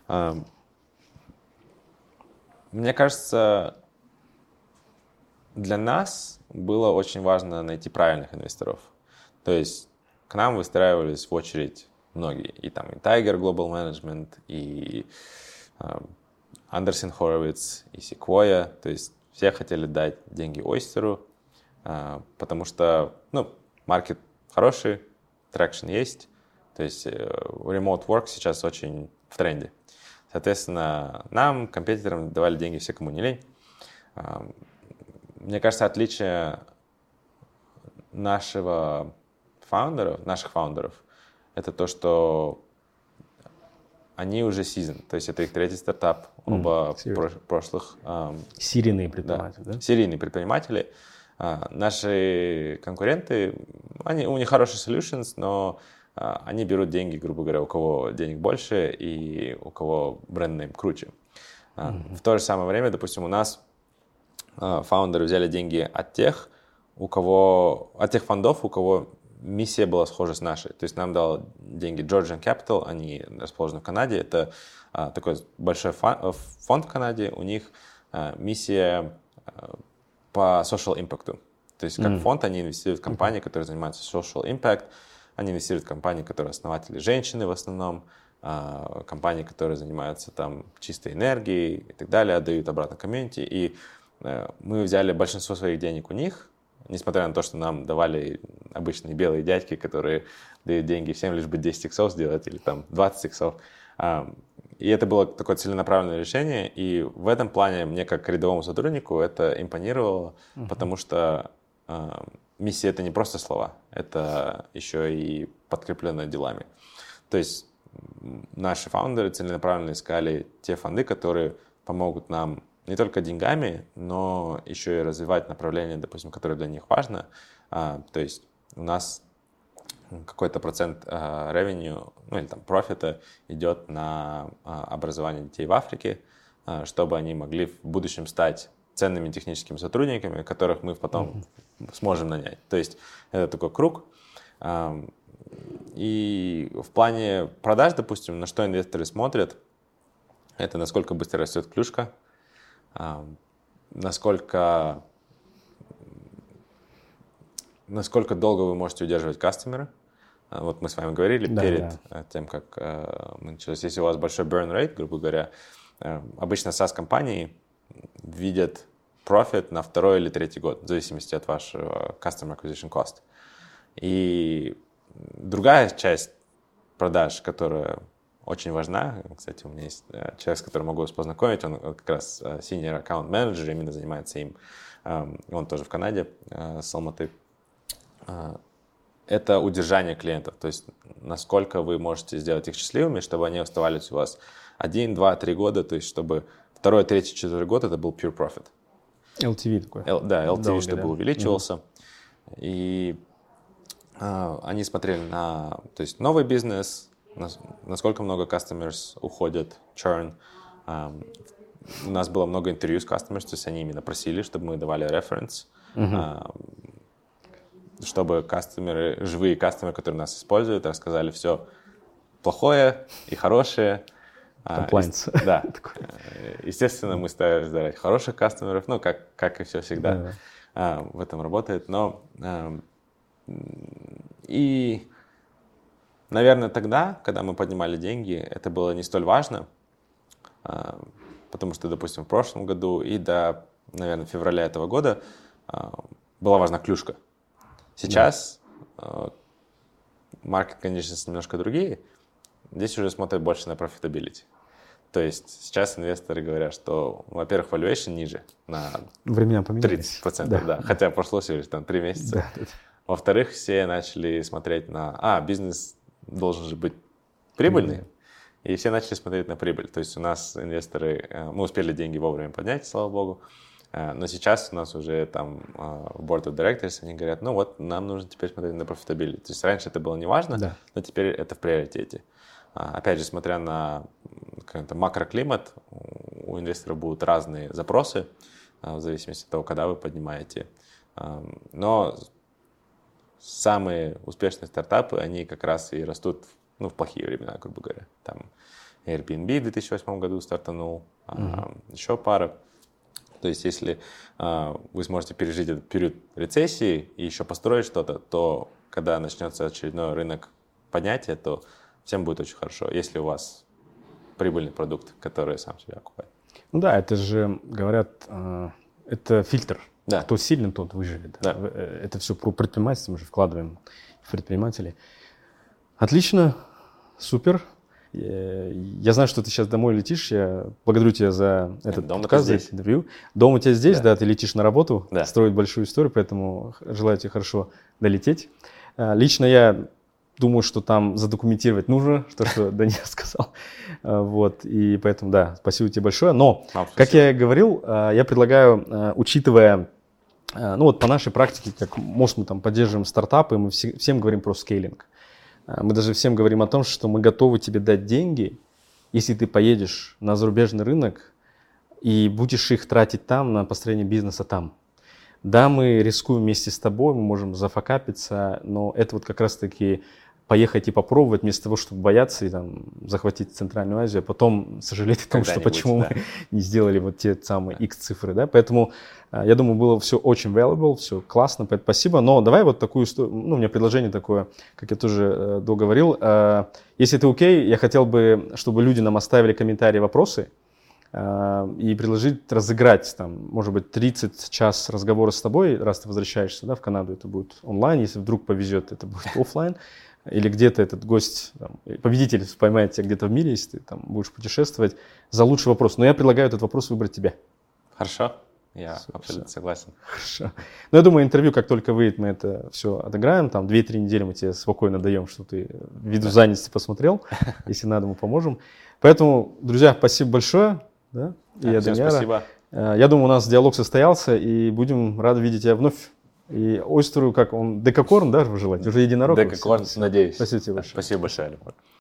Мне кажется, для нас было очень важно найти правильных инвесторов. То есть к нам выстраивались в очередь многие. И там и Tiger Global Management, и Андерсен Хоровиц, и Sequoia. То есть все хотели дать деньги Ойстеру, потому что, ну, маркет хороший, трекшн есть. То есть remote work сейчас очень в тренде. Соответственно, нам, компетиторам, давали деньги все, кому не лень. Мне кажется, отличие нашего фаундера, наших фаундеров, это то, что они уже seasoned, то есть это их третий стартап, оба mm, про- прошлых. Um, серийные предприниматели, да? да? Серийные предприниматели. Uh, наши конкуренты, они, у них хорошие solutions, но uh, они берут деньги, грубо говоря, у кого денег больше и у кого бренд-нейм круче. Uh, mm-hmm. В то же самое время, допустим, у нас uh, фаундеры взяли деньги от тех, у кого, от тех фондов, у кого миссия была схожа с нашей. То есть нам дал деньги Georgian Capital, они расположены в Канаде. Это а, такой большой фон, фонд в Канаде. У них а, миссия а, по social impact. То есть как mm. фонд они инвестируют в компании, которые занимаются social impact. Они инвестируют в компании, которые основатели женщины в основном. А, компании, которые занимаются там чистой энергией и так далее, отдают обратно комьюнити. И а, мы взяли большинство своих денег у них. Несмотря на то, что нам давали обычные белые дядьки, которые дают деньги всем, лишь бы десять иксов сделать или там двадцать иксов. И это было такое целенаправленное решение. И в этом плане мне, как рядовому сотруднику, это импонировало, uh-huh. потому что э, миссия — это не просто слова, это еще и подкреплено делами. То есть наши фаундеры целенаправленно искали те фонды, которые помогут нам не только деньгами, но еще и развивать направление, допустим, которое для них важно. А, то есть у нас какой-то процент а, revenue, ну или там профита идет на а, образование детей в Африке, а, чтобы они могли в будущем стать ценными техническими сотрудниками, которых мы потом mm-hmm. сможем нанять. То есть это такой круг. А, и в плане продаж, допустим, на что инвесторы смотрят, это насколько быстро растет клюшка, Uh, насколько, насколько долго вы можете удерживать кастомера. Uh, вот мы с вами говорили да, перед да. тем, как uh, мы начались. Если у вас большой burn rate, грубо говоря, uh, обычно SaaS-компании видят профит на второй или третий год, в зависимости от вашего customer acquisition cost. И другая часть продаж, которая очень важна. Кстати, у меня есть человек, с которым могу вас познакомить. Он как раз senior account manager, именно занимается им. Он тоже в Канаде, с Алматы. Это удержание клиентов. То есть, насколько вы можете сделать их счастливыми, чтобы они оставались у вас один, два, три года. То есть, чтобы второй, третий, четвертый год это был pure profit. эл ти ви такой. L, да, эл ти ви, долго, чтобы да. увеличивался. Mm-hmm. И а, они смотрели на то есть, новый бизнес, насколько много customers уходят, churn. Um, у нас было много интервью с customers, то есть они именно просили, чтобы мы давали reference, uh-huh. um, чтобы кастомеры, живые кастомеры, которые нас используют, рассказали все плохое и хорошее. Compliance. Uh, да. Естественно, мы старались давать хороших кастомеров, ну, как, как и все всегда uh-huh. uh, в этом работает. Но uh, и наверное, тогда, когда мы поднимали деньги, это было не столь важно, потому что, допустим, в прошлом году и до, наверное, февраля этого года была важна клюшка. Сейчас да. market conditions немножко другие, здесь уже смотрят больше на profitability. То есть сейчас инвесторы говорят, что, во-первых, valuation ниже на Времена поменялись. тридцать процентов, да. Да, хотя прошло всего лишь там три месяца. Да. Во-вторых, все начали смотреть на, а, бизнес должен же быть прибыльный, mm-hmm. и все начали смотреть на прибыль. То есть у нас инвесторы, мы успели деньги вовремя поднять, слава богу, Но сейчас у нас уже там в Board of Directors они говорят, ну вот, нам нужно теперь смотреть на profitability. То есть раньше это было не важно, да. но теперь это в приоритете. Опять же, смотря на как-то макроклимат, у инвесторов будут разные запросы, в зависимости от того, когда вы поднимаете. Но самые успешные стартапы, они как раз и растут ну, в плохие времена, грубо говоря. Там Airbnb в две тысячи восьмом году стартанул, mm-hmm. еще пара. То есть, если э, вы сможете пережить этот период рецессии и еще построить что-то, то когда начнется очередной рынок поднятия, то всем будет очень хорошо, если у вас прибыльный продукт, который сам себя окупает. Ну да, это же, говорят, э, это фильтр. Да. Кто сильный, тот выживет. Да. Это все про предпринимательство, мы же вкладываем в предпринимателей. Отлично, супер. Я знаю, что ты сейчас домой летишь. Я благодарю тебя за этот Дома подкаст, за здесь. интервью. Дом у тебя здесь, да. да, ты летишь на работу, да. строить большую историю, поэтому желаю тебе хорошо долететь. Лично я думаю, что там задокументировать нужно, то, что Даниил сказал. Вот, и поэтому, да, спасибо тебе большое. Но, как я говорил, я предлагаю, учитывая, ну вот по нашей практике, как может мы там поддерживаем стартапы, мы всем говорим про скейлинг. Мы даже всем говорим о том, что мы готовы тебе дать деньги, если ты поедешь на зарубежный рынок и будешь их тратить там на построение бизнеса там. Да, мы рискуем вместе с тобой, мы можем зафакапиться, но это вот как раз-таки поехать и попробовать вместо того, чтобы бояться и там захватить Центральную Азию, а потом сожалеть о том, что почему да. мы не сделали вот те самые X цифры, да, поэтому я думаю, было все очень valuable, все классно, поэтому спасибо, но давай вот такую историю, ну, у меня предложение такое, как я тоже э, договорил, э, если ты окей, я хотел бы, чтобы люди нам оставили комментарии, вопросы, э, и предложить разыграть, там, может быть, тридцать час разговора с тобой, раз ты возвращаешься, да, в Канаду, это будет онлайн, если вдруг повезет, это будет офлайн. Или где-то этот гость, там, победитель поймает тебя где-то в мире, если ты там будешь путешествовать, за лучший вопрос. Но я предлагаю этот вопрос выбрать тебе. Хорошо, я все, абсолютно все. согласен. Хорошо. Но я думаю, интервью, как только выйдет, мы это все отыграем. Там две-три недели мы тебе спокойно даем, что ты ввиду да. занятости посмотрел. Если надо, мы поможем. Поэтому, друзья, спасибо большое. Да? И я, всем Даниэра. Спасибо. Я думаю, у нас диалог состоялся, и будем рады видеть тебя вновь. И ойстеру, как он, декакорн, да, желать? Уже единорог? Декакорн, надеюсь. Спасибо тебе большое. Спасибо большое, Алимур.